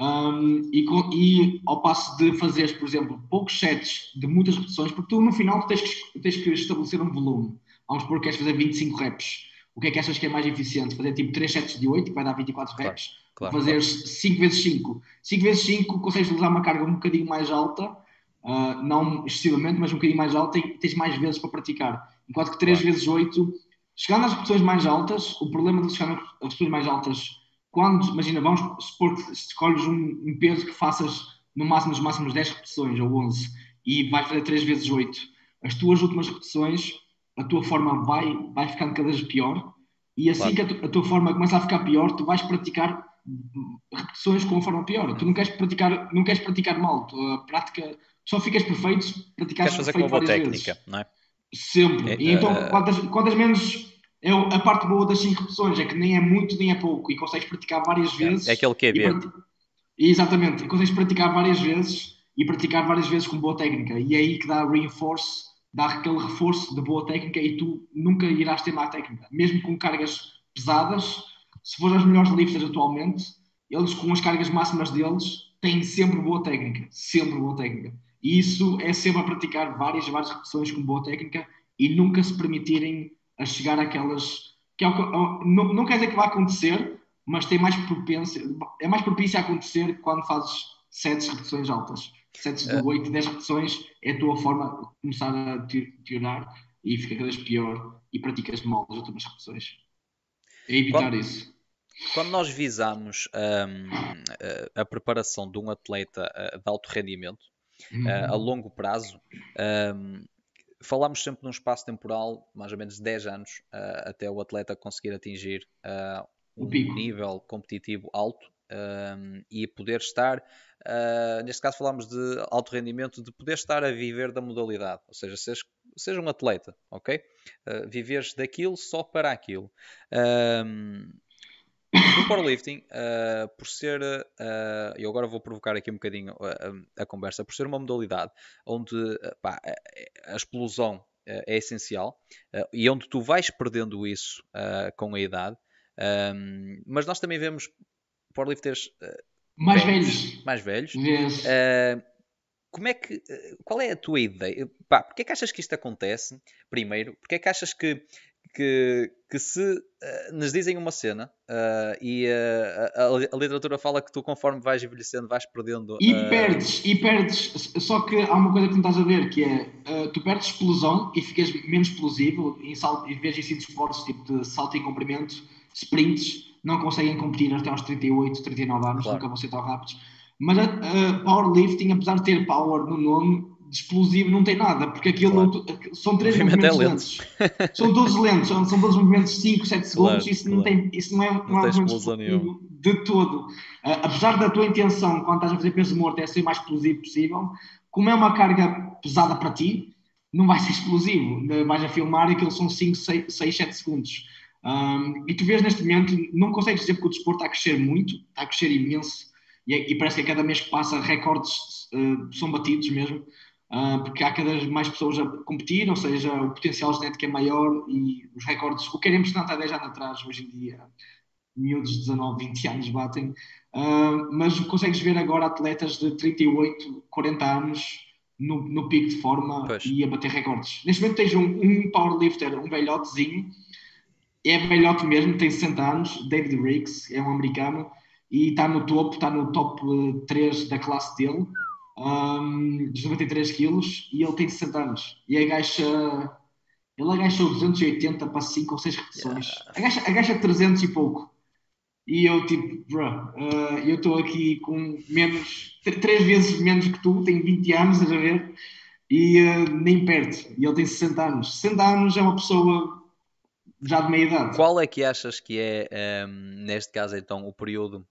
Speaker 2: Um, e, com, e ao passo de fazeres, por exemplo, poucos sets de muitas repetições, porque tu no final tens que, tens que estabelecer um volume. Vamos supor que queres fazer vinte e cinco reps. O que é que achas que é mais eficiente? Fazer tipo três sets de oito, que vai dar vinte e quatro
Speaker 1: Claro,
Speaker 2: reps, ou
Speaker 1: claro,
Speaker 2: fazer
Speaker 1: claro.
Speaker 2: cinco vezes cinco. cinco vezes cinco consegues usar uma carga um bocadinho mais alta, uh, não excessivamente, mas um bocadinho mais alta, e tens mais vezes para praticar. Enquanto que três
Speaker 1: Claro.
Speaker 2: vezes oito, chegando às repetições mais altas, o problema de chegar às repetições mais altas, quando, imagina, vamos supor que escolhes um, um peso que faças no máximo, nos máximos dez repetições ou onze e vais fazer três vezes oito, as tuas últimas repetições, a tua forma vai, vai ficando cada vez pior, e assim
Speaker 1: Claro.
Speaker 2: que a, tu, a tua forma começa a ficar pior, tu vais praticar repetições com a forma pior. Tu não queres praticar, não queres praticar mal, tu, a prática, só ficas perfeito se
Speaker 1: Queres
Speaker 2: praticares
Speaker 1: fazer com uma
Speaker 2: perfeito
Speaker 1: boa
Speaker 2: várias
Speaker 1: técnica,
Speaker 2: vezes.
Speaker 1: não é?
Speaker 2: Sempre.
Speaker 1: É,
Speaker 2: E então,
Speaker 1: uh, uh,
Speaker 2: quantas, quantas menos. É a parte boa das cinco repetições, é que nem é muito nem é pouco, e consegues praticar várias
Speaker 1: é, é
Speaker 2: vezes
Speaker 1: aquele
Speaker 2: e,
Speaker 1: Q B.
Speaker 2: prati- e exatamente, e consegues praticar várias vezes e praticar várias vezes com boa técnica. E é aí que dá reinforce, dá aquele reforço de boa técnica e tu nunca irás ter má técnica. Mesmo com cargas pesadas, se fores aos melhores lifters atualmente, eles com as cargas máximas deles têm sempre boa técnica, sempre boa técnica. E isso é sempre a praticar várias várias repetições com boa técnica e nunca se permitirem a chegar àquelas. Que é o que- não, não quer dizer que vai acontecer, mas tem mais propensão, é mais propício a acontecer quando fazes sets de repetições altas. Sets de
Speaker 1: Uh,
Speaker 2: oito, dez repetições é a tua forma de começar a deteriorar e fica cada vez pior e praticas mal as últimas repetições. É evitar
Speaker 1: quando,
Speaker 2: isso.
Speaker 1: quando nós visamos um, a, a preparação de um atleta uh, de alto rendimento, uh, a
Speaker 2: Uhum.
Speaker 1: longo prazo, um, falamos sempre num espaço temporal, mais ou menos dez anos, uh, até o atleta conseguir atingir uh,
Speaker 2: O
Speaker 1: um
Speaker 2: pico.
Speaker 1: nível competitivo alto um, e poder estar, uh, neste caso falamos de alto rendimento, de poder estar a viver da modalidade, ou seja, seja, seja um atleta, ok? Uh, viveres daquilo só para aquilo. Um, no powerlifting, uh, por ser, uh, eu agora vou provocar aqui um bocadinho a, a, a conversa, por ser uma modalidade onde uh, pá, a, a explosão uh, é essencial uh, e onde tu vais perdendo isso uh, com a idade, um, mas nós também vemos powerlifters uh,
Speaker 2: Mais
Speaker 1: velhos,
Speaker 2: velhos.
Speaker 1: mais velhos.
Speaker 2: Vês.
Speaker 1: Uh, como é que, qual é a tua ideia? Pá, porque é que achas que isto acontece? Primeiro, porque é que achas que, que, que se uh, nos dizem uma cena uh, e uh, a, a, literatura fala que tu, conforme vais envelhecendo, vais perdendo.
Speaker 2: E
Speaker 1: Uh,
Speaker 2: perdes, e perdes, só que há uma coisa que não estás a ver, que é, uh, tu perdes explosão e ficas menos explosivo, em, salto, em vez de cintos fortes, tipo de salto em comprimento, sprints, não conseguem competir até aos trinta e oito, trinta e nove anos,
Speaker 1: claro,
Speaker 2: nunca vão ser tão rápidos. Mas a uh, powerlifting, apesar de ter power no nome, de explosivo não tem nada, porque aquilo
Speaker 1: Claro.
Speaker 2: são três
Speaker 1: Movimento é
Speaker 2: movimentos
Speaker 1: lento.
Speaker 2: lentos. São doze lentos, são, são doze movimentos de cinco, sete segundos,
Speaker 1: Claro,
Speaker 2: isso não,
Speaker 1: claro.
Speaker 2: tem, isso não, é,
Speaker 1: Não
Speaker 2: não é um
Speaker 1: tem
Speaker 2: movimento
Speaker 1: explosão nenhuma.
Speaker 2: explosivo de todo. Uh, apesar da tua intenção, quando estás a fazer peso morto, é ser o mais explosivo possível, como é uma carga pesada para ti, não vai ser explosivo. Vais a filmar e aquilo são cinco, seis, sete segundos. Um, e tu vês neste momento, não consegues dizer porque o desporto está a crescer muito, está a crescer imenso, e, e parece que a cada mês que passa recordes uh, são batidos mesmo, uh, porque há cada vez mais pessoas a competir, ou seja, o potencial genético é maior e os recordes, o que era impressionante há dez anos atrás, hoje em dia, miúdos de dezanove, vinte anos batem, uh, mas consegues ver agora atletas de trinta e oito, quarenta anos no, no pico de forma
Speaker 1: Pois.
Speaker 2: e a bater recordes. Neste momento tens um, um powerlifter, um velhotezinho, é velhote mesmo, tem sessenta anos, David Riggs, é um americano, e está no topo, está no top três da classe dele, um, dos noventa e três quilos, e ele tem sessenta anos. E agacha, ele agacha duzentos e oitenta para cinco ou seis repetições.
Speaker 1: Yeah.
Speaker 2: Agacha, agacha trezentos e pouco. E eu tipo, bro, uh, eu estou aqui com menos, três vezes menos que tu, tenho vinte anos, estás a ver? E uh, nem perto. E ele tem sessenta anos. sessenta anos é uma pessoa já de meia idade.
Speaker 1: Qual é que achas que é, um, neste caso, então, o período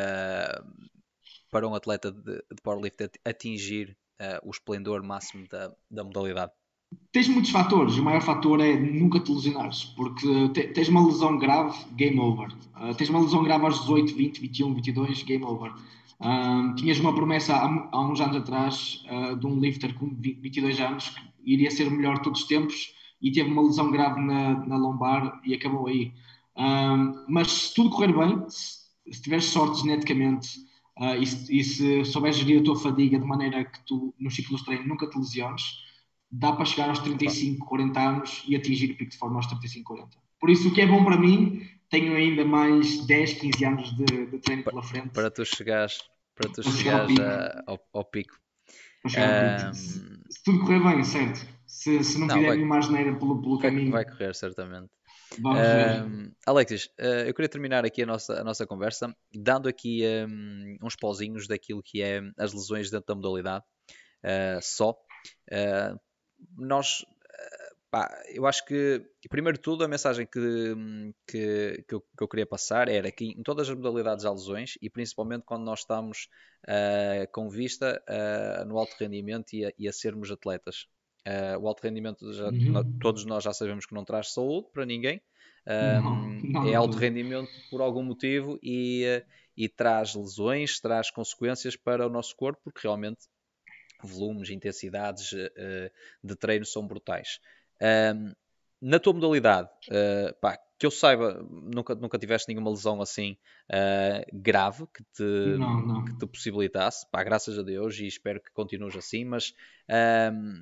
Speaker 1: uh, para um atleta de, de powerlifting atingir uh, o esplendor máximo da, da modalidade?
Speaker 2: Tens muitos fatores. O maior fator é nunca te lesionares, porque te, tens uma lesão grave, game over. Uh, tens uma lesão grave aos dezoito, vinte, vinte e um, vinte e dois, game over. Uh, tinhas uma promessa há, há uns anos atrás uh, de um lifter com vinte e dois anos que iria ser o melhor de todos os tempos e teve uma lesão grave na, na lombar e acabou aí. Uh, mas se tudo correr bem, se, se tiveres sorte geneticamente uh, e, se, e se souberes gerir a tua fadiga de maneira que tu, nos ciclos de treino, nunca te lesiones, dá para chegar aos trinta e cinco, quarenta anos e atingir o pico de forma aos trinta e cinco, quarenta. Por isso, o que é bom para mim, tenho ainda mais dez, quinze anos de, de treino
Speaker 1: Pa-
Speaker 2: pela frente
Speaker 1: Para tu chegares, para tu
Speaker 2: para chegar ao
Speaker 1: chegares
Speaker 2: pico.
Speaker 1: a- ao, ao pico.
Speaker 2: Para chegar ao pico. Se,
Speaker 1: Um,
Speaker 2: se tudo correr bem, certo? Se, se não
Speaker 1: não,
Speaker 2: fizer
Speaker 1: vai,
Speaker 2: nenhuma asneira pelo, pelo
Speaker 1: vai, vai
Speaker 2: caminho,
Speaker 1: correr certamente.
Speaker 2: vamos ver.
Speaker 1: Um, Alexis, uh, eu queria terminar aqui a nossa, a nossa conversa dando aqui um, uns pauzinhos daquilo que é as lesões dentro da modalidade. Uh, só. Uh, nós, uh, pá, eu acho que, primeiro de tudo, a mensagem que, que, que, eu, que eu queria passar era que em todas as modalidades há lesões e principalmente quando nós estamos uh, com vista uh, no alto rendimento e a, e a sermos atletas. Uh, o alto rendimento, já, no,
Speaker 2: Uhum.
Speaker 1: todos nós já sabemos que não traz saúde para ninguém.
Speaker 2: Não,
Speaker 1: Um,
Speaker 2: não
Speaker 1: é
Speaker 2: de
Speaker 1: alto
Speaker 2: todo.
Speaker 1: rendimento por algum motivo e, uh, e traz lesões, traz consequências para o nosso corpo, porque realmente volumes, intensidades uh, de treino são brutais. Um, na tua modalidade, uh, pá, que eu saiba, nunca, nunca tiveste nenhuma lesão assim uh, grave que te,
Speaker 2: Não,
Speaker 1: que
Speaker 2: não.
Speaker 1: te possibilitasse, pá, graças a Deus, e espero que continues assim, mas um,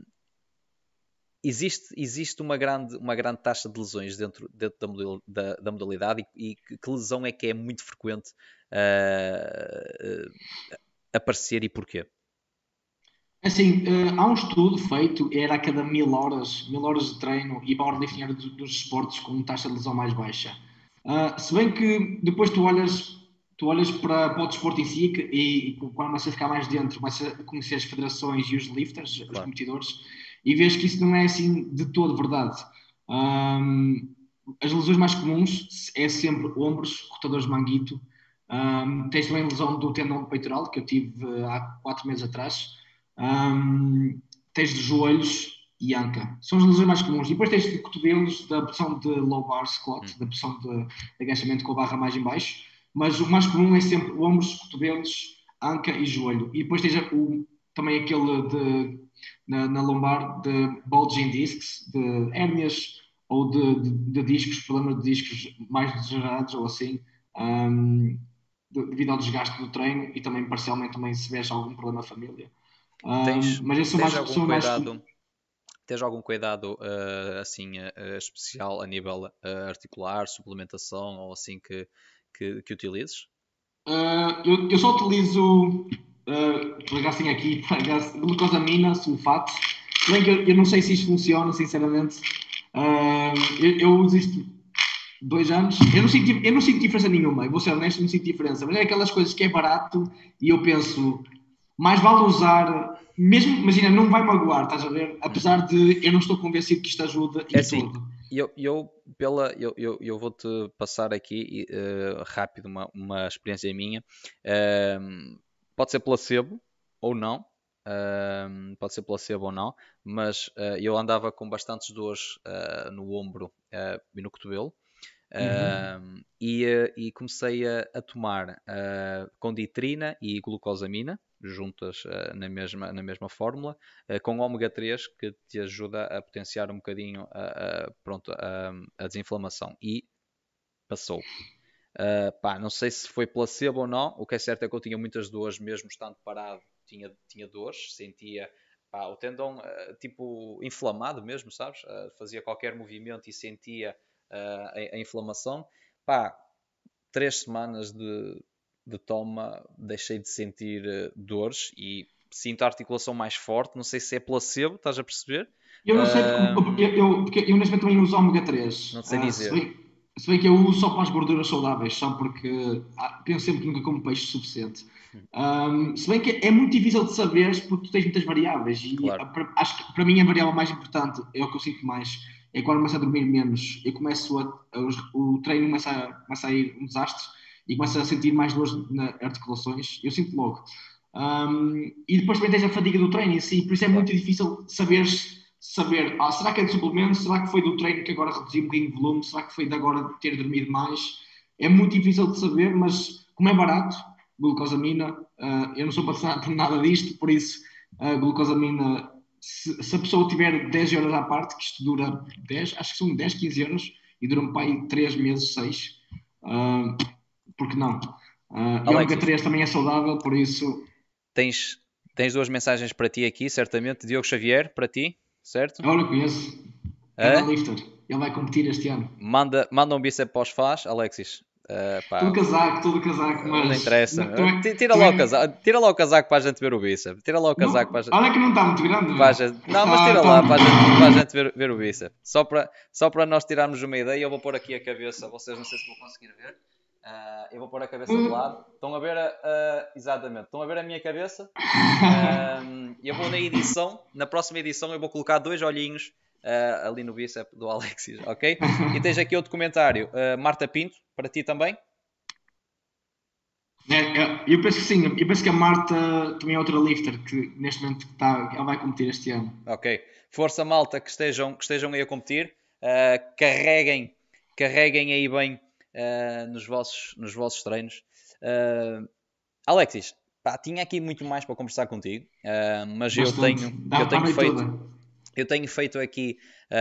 Speaker 1: existe, existe uma, grande, uma grande taxa de lesões dentro, dentro da, model, da, da modalidade e, e que, que lesão é que é muito frequente uh, uh, aparecer e porquê?
Speaker 2: Assim, uh, há um estudo feito, era a cada mil horas, mil horas de treino e powerlifting era dos, dos esportes com taxa de lesão mais baixa. Uh, se bem que depois tu olhas, tu olhas para, para o desporto em si e, e quando começas a ficar mais dentro, começas a conhecer as federações e os lifters, os
Speaker 1: Claro.
Speaker 2: competidores, e vês que isso não é assim de todo verdade. Um, as lesões mais comuns é sempre ombros, rotadores de manguito. Um, tens também lesão do tendão peitoral, que eu tive uh, há quatro meses atrás. Um, tens de joelhos e anca. São as lesões mais comuns. E depois tens de cotovelos da posição de low bar squat,
Speaker 1: Hum.
Speaker 2: da posição de, de agachamento com a barra mais em baixo. Mas o mais comum é sempre ombros, cotovelos, anca e joelho. E depois tens o, também aquele de, na, na lombar de bulging discs, de hérnias ou de, de, de discos, problemas de discos mais degenerados ou assim. Um, devido ao desgaste do treino e também parcialmente também se vês algum problema na família. Um,
Speaker 1: Tens,
Speaker 2: mas eu sou
Speaker 1: tens
Speaker 2: mais,
Speaker 1: algum
Speaker 2: sou mais
Speaker 1: cuidado, tens algum cuidado uh, assim uh, especial a nível uh, articular, suplementação ou assim que, que, que utilizes?
Speaker 2: uh, eu, eu só utilizo uh, assim aqui glucosamina, sulfato. Bem que eu, eu não sei se isto funciona, sinceramente. Uh, eu, eu uso isto dois anos. Eu não, sinto, eu não sinto diferença nenhuma, eu vou ser honesto, não sinto diferença. Mas é aquelas coisas que é barato e eu penso, mais vale usar mesmo, imagina, não vai magoar, estás a ver? Apesar de eu não estou convencido que isto ajuda
Speaker 1: É
Speaker 2: em
Speaker 1: assim,
Speaker 2: todo.
Speaker 1: eu, eu, pela, eu, eu, eu vou-te passar aqui uh, rápido uma, uma experiência minha. Um, pode ser placebo ou não. Um, pode ser placebo ou não, mas uh, eu andava com bastantes dores uh, no ombro uh, e no cotovelo.
Speaker 2: Uhum.
Speaker 1: Um, e, uh, e comecei a, a tomar uh, conditrina e glucosamina juntas uh, na, mesma, na mesma fórmula, uh, com ômega três que te ajuda a potenciar um bocadinho a, a, pronto, a, a desinflamação. E passou. Uh, pá, não sei se foi placebo ou não. O que é certo é que eu tinha muitas dores, mesmo estando parado, tinha, tinha dores, sentia pá, o tendão uh, tipo inflamado mesmo, sabes? Uh, fazia qualquer movimento e sentia uh, a, a inflamação. Pá, três semanas de, de toma, deixei de sentir uh, dores e sinto a articulação mais forte. Não sei se é placebo, estás a perceber?
Speaker 2: Eu não sei, porque
Speaker 1: Um,
Speaker 2: eu, eu, porque eu neste momento também uso ômega três.
Speaker 1: não sei
Speaker 2: Ah, se
Speaker 1: dizer.
Speaker 2: bem, se bem que eu uso só para as gorduras saudáveis, só porque ah, penso sempre que nunca como peixe suficiente. Ahm, se bem que é muito difícil de saber porque tu tens muitas variáveis e
Speaker 1: Claro,
Speaker 2: ah, para- acho que para mim a variável mais importante é o que eu sinto mais, é quando começo a dormir menos, eu começo a, a- os- o treino começa a, começa a ir um desastre e começo a sentir mais dores nas articulações, eu sinto logo. Ahm, e depois também tens a fadiga do treino em si, por isso é
Speaker 1: claro.
Speaker 2: muito difícil saber saber, ah, será que é de suplemento? Será que foi do treino que agora reduzi um bocadinho de volume? Será que foi de agora de ter dormido mais? É muito difícil de saber, mas como é barato, glucosamina, uh, eu não sou patrocinado por nada disto, por isso, a glucosamina, se, se, a pessoa tiver dez euros à parte, que isto dura dez, acho que são dez, quinze euros, e dura um pai três meses, seis, uh, porque não? Uh, e ômega
Speaker 1: Alexis,
Speaker 2: três também é saudável, por isso,
Speaker 1: tens, tens duas mensagens para ti aqui, certamente. Diogo Xavier, para ti, certo?
Speaker 2: olha, conheço,
Speaker 1: Hã?
Speaker 2: Canal Lifter, ele vai competir este ano.
Speaker 1: Manda, manda um bíceps para os fãs, Alexis. Ah, pá,
Speaker 2: Todo casaco, todo casaco,
Speaker 1: não
Speaker 2: mas
Speaker 1: interessa.
Speaker 2: não- também,
Speaker 1: Tira lá o
Speaker 2: também
Speaker 1: casaco, tira lá o casaco para a gente ver o bíceps. Tira lá o casaco para a
Speaker 2: não,
Speaker 1: gente.
Speaker 2: olha que não está muito grande,
Speaker 1: Para a
Speaker 2: meu.
Speaker 1: gente- Não, mas
Speaker 2: Está,
Speaker 1: tira
Speaker 2: está,
Speaker 1: lá para a gente, para a gente ver, ver o bíceps. Só para, só para nós tirarmos uma ideia, eu vou pôr aqui a cabeça. Vocês não sei se vão conseguir ver. Ah, eu vou pôr a cabeça de lado. Estão a ver a, a- exatamente. Estão a ver a minha cabeça. Um, eu vou na edição, na próxima edição eu vou colocar dois olhinhos uh, ali no bíceps do Alexis, ok? E tens aqui outro comentário, uh, Marta Pinto, para ti também?
Speaker 2: É, é, eu penso que sim, eu penso que a Marta também é outra lifter que neste momento está, ela vai competir este ano.
Speaker 1: Ok. Força malta que estejam, que estejam aí a competir, uh, carreguem, carreguem aí bem uh, nos, vossos, nos vossos treinos. Uh, Alexis, pá, tinha aqui muito mais para conversar contigo, uh, mas eu
Speaker 2: Bastante,
Speaker 1: tenho, eu
Speaker 2: dá para a
Speaker 1: tenho
Speaker 2: noite
Speaker 1: feito.
Speaker 2: toda.
Speaker 1: Eu tenho feito aqui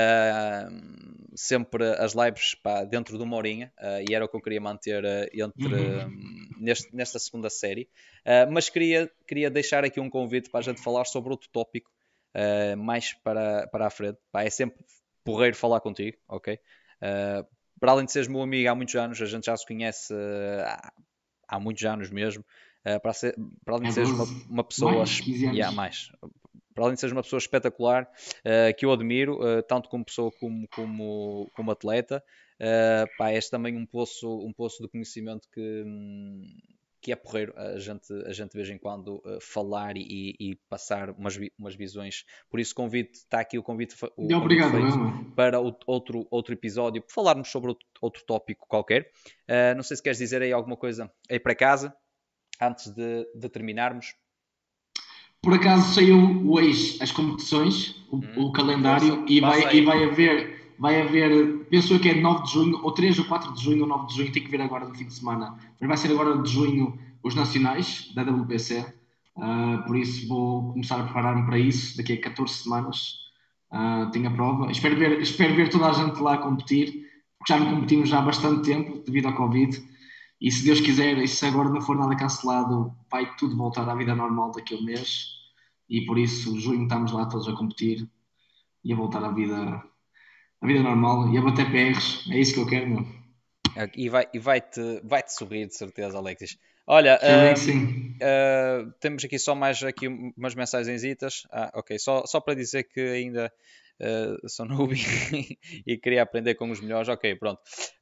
Speaker 1: uh, sempre as lives pá, dentro de uma horinha uh, e era o que eu queria manter uh, entre,
Speaker 2: Uhum.
Speaker 1: um, neste, nesta segunda série. Uh, mas queria, queria deixar aqui um convite para a gente falar sobre outro tópico uh, mais para, para a frente. Pá, é sempre porreiro falar contigo, ok? Uh, para além de seres meu amigo há muitos anos, a gente já se conhece uh, há, há muitos anos mesmo. Uh, para, ser, para além
Speaker 2: É
Speaker 1: de seres uma,
Speaker 2: doze,
Speaker 1: uma pessoa.
Speaker 2: mais, quinze
Speaker 1: E
Speaker 2: anos.
Speaker 1: há mais para além de seres uma pessoa espetacular, uh, que eu admiro, uh, tanto como pessoa como, como, como atleta, uh, pá, és também um poço, um poço de conhecimento que, hum, que é porreiro a gente, a gente de vez em quando uh, falar e, e passar umas, umas visões. Por isso convite, está aqui o convite, o convite
Speaker 2: Obrigado,
Speaker 1: feito
Speaker 2: Emma.
Speaker 1: para o, outro, outro episódio, falarmos sobre outro, outro tópico qualquer. Uh, não sei se queres dizer aí alguma coisa aí para casa, antes de, de terminarmos.
Speaker 2: Por acaso saiu hoje as competições, o,
Speaker 1: Hum,
Speaker 2: o
Speaker 1: força,
Speaker 2: calendário, e
Speaker 1: passa
Speaker 2: vai, e
Speaker 1: aí.
Speaker 2: vai haver, vai haver, penso eu que é nove de junho, ou três ou quatro de junho, ou nove de junho, tem que ver agora no fim de semana. Mas vai ser agora de junho os nacionais da W P C, uh, por isso vou começar a preparar-me para isso, daqui a catorze semanas uh, tenho a prova. Espero ver, espero ver toda a gente lá a competir, porque já não competimos já há bastante tempo, devido ao Covid. E se Deus quiser, e se agora não for nada cancelado, vai tudo voltar à vida normal daqui a um mês. E por isso, junho estamos lá todos a competir e a voltar à vida, à vida normal e a bater P Rs. É isso que eu quero, meu.
Speaker 1: E vai, e vai-te vai-te sorrir de certeza, Alexis. Olha,
Speaker 2: Espero bem que
Speaker 1: hum,
Speaker 2: sim.
Speaker 1: uh, temos aqui só mais aqui umas mensagenzitas. Ah, ok, só, só para dizer que ainda uh, sou noob e queria aprender com os melhores. Ok, pronto.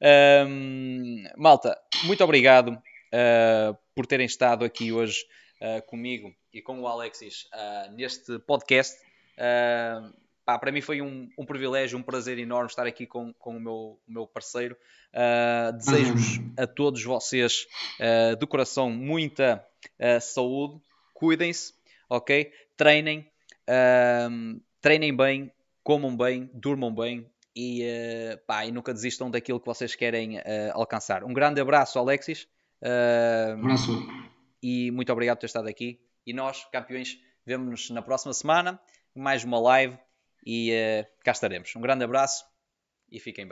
Speaker 1: Um, malta, muito obrigado uh, por terem estado aqui hoje uh, comigo e com o Alexis uh, neste podcast. Uh, pá, para mim foi um, um privilégio, um prazer enorme estar aqui com, com o, meu, o meu parceiro. Uh, desejo-vos a todos vocês uh, de coração muita uh, saúde, cuidem-se, ok? Treinem, uh, treinem bem, comam bem, durmam bem e, uh, pá, e nunca desistam daquilo que vocês querem uh, alcançar. Um grande abraço, Alexis. Uh,
Speaker 2: abraço.
Speaker 1: E muito obrigado por ter estado aqui. E nós, campeões, vemo-nos na próxima semana, mais uma live e uh, cá estaremos. Um grande abraço e fiquem bem.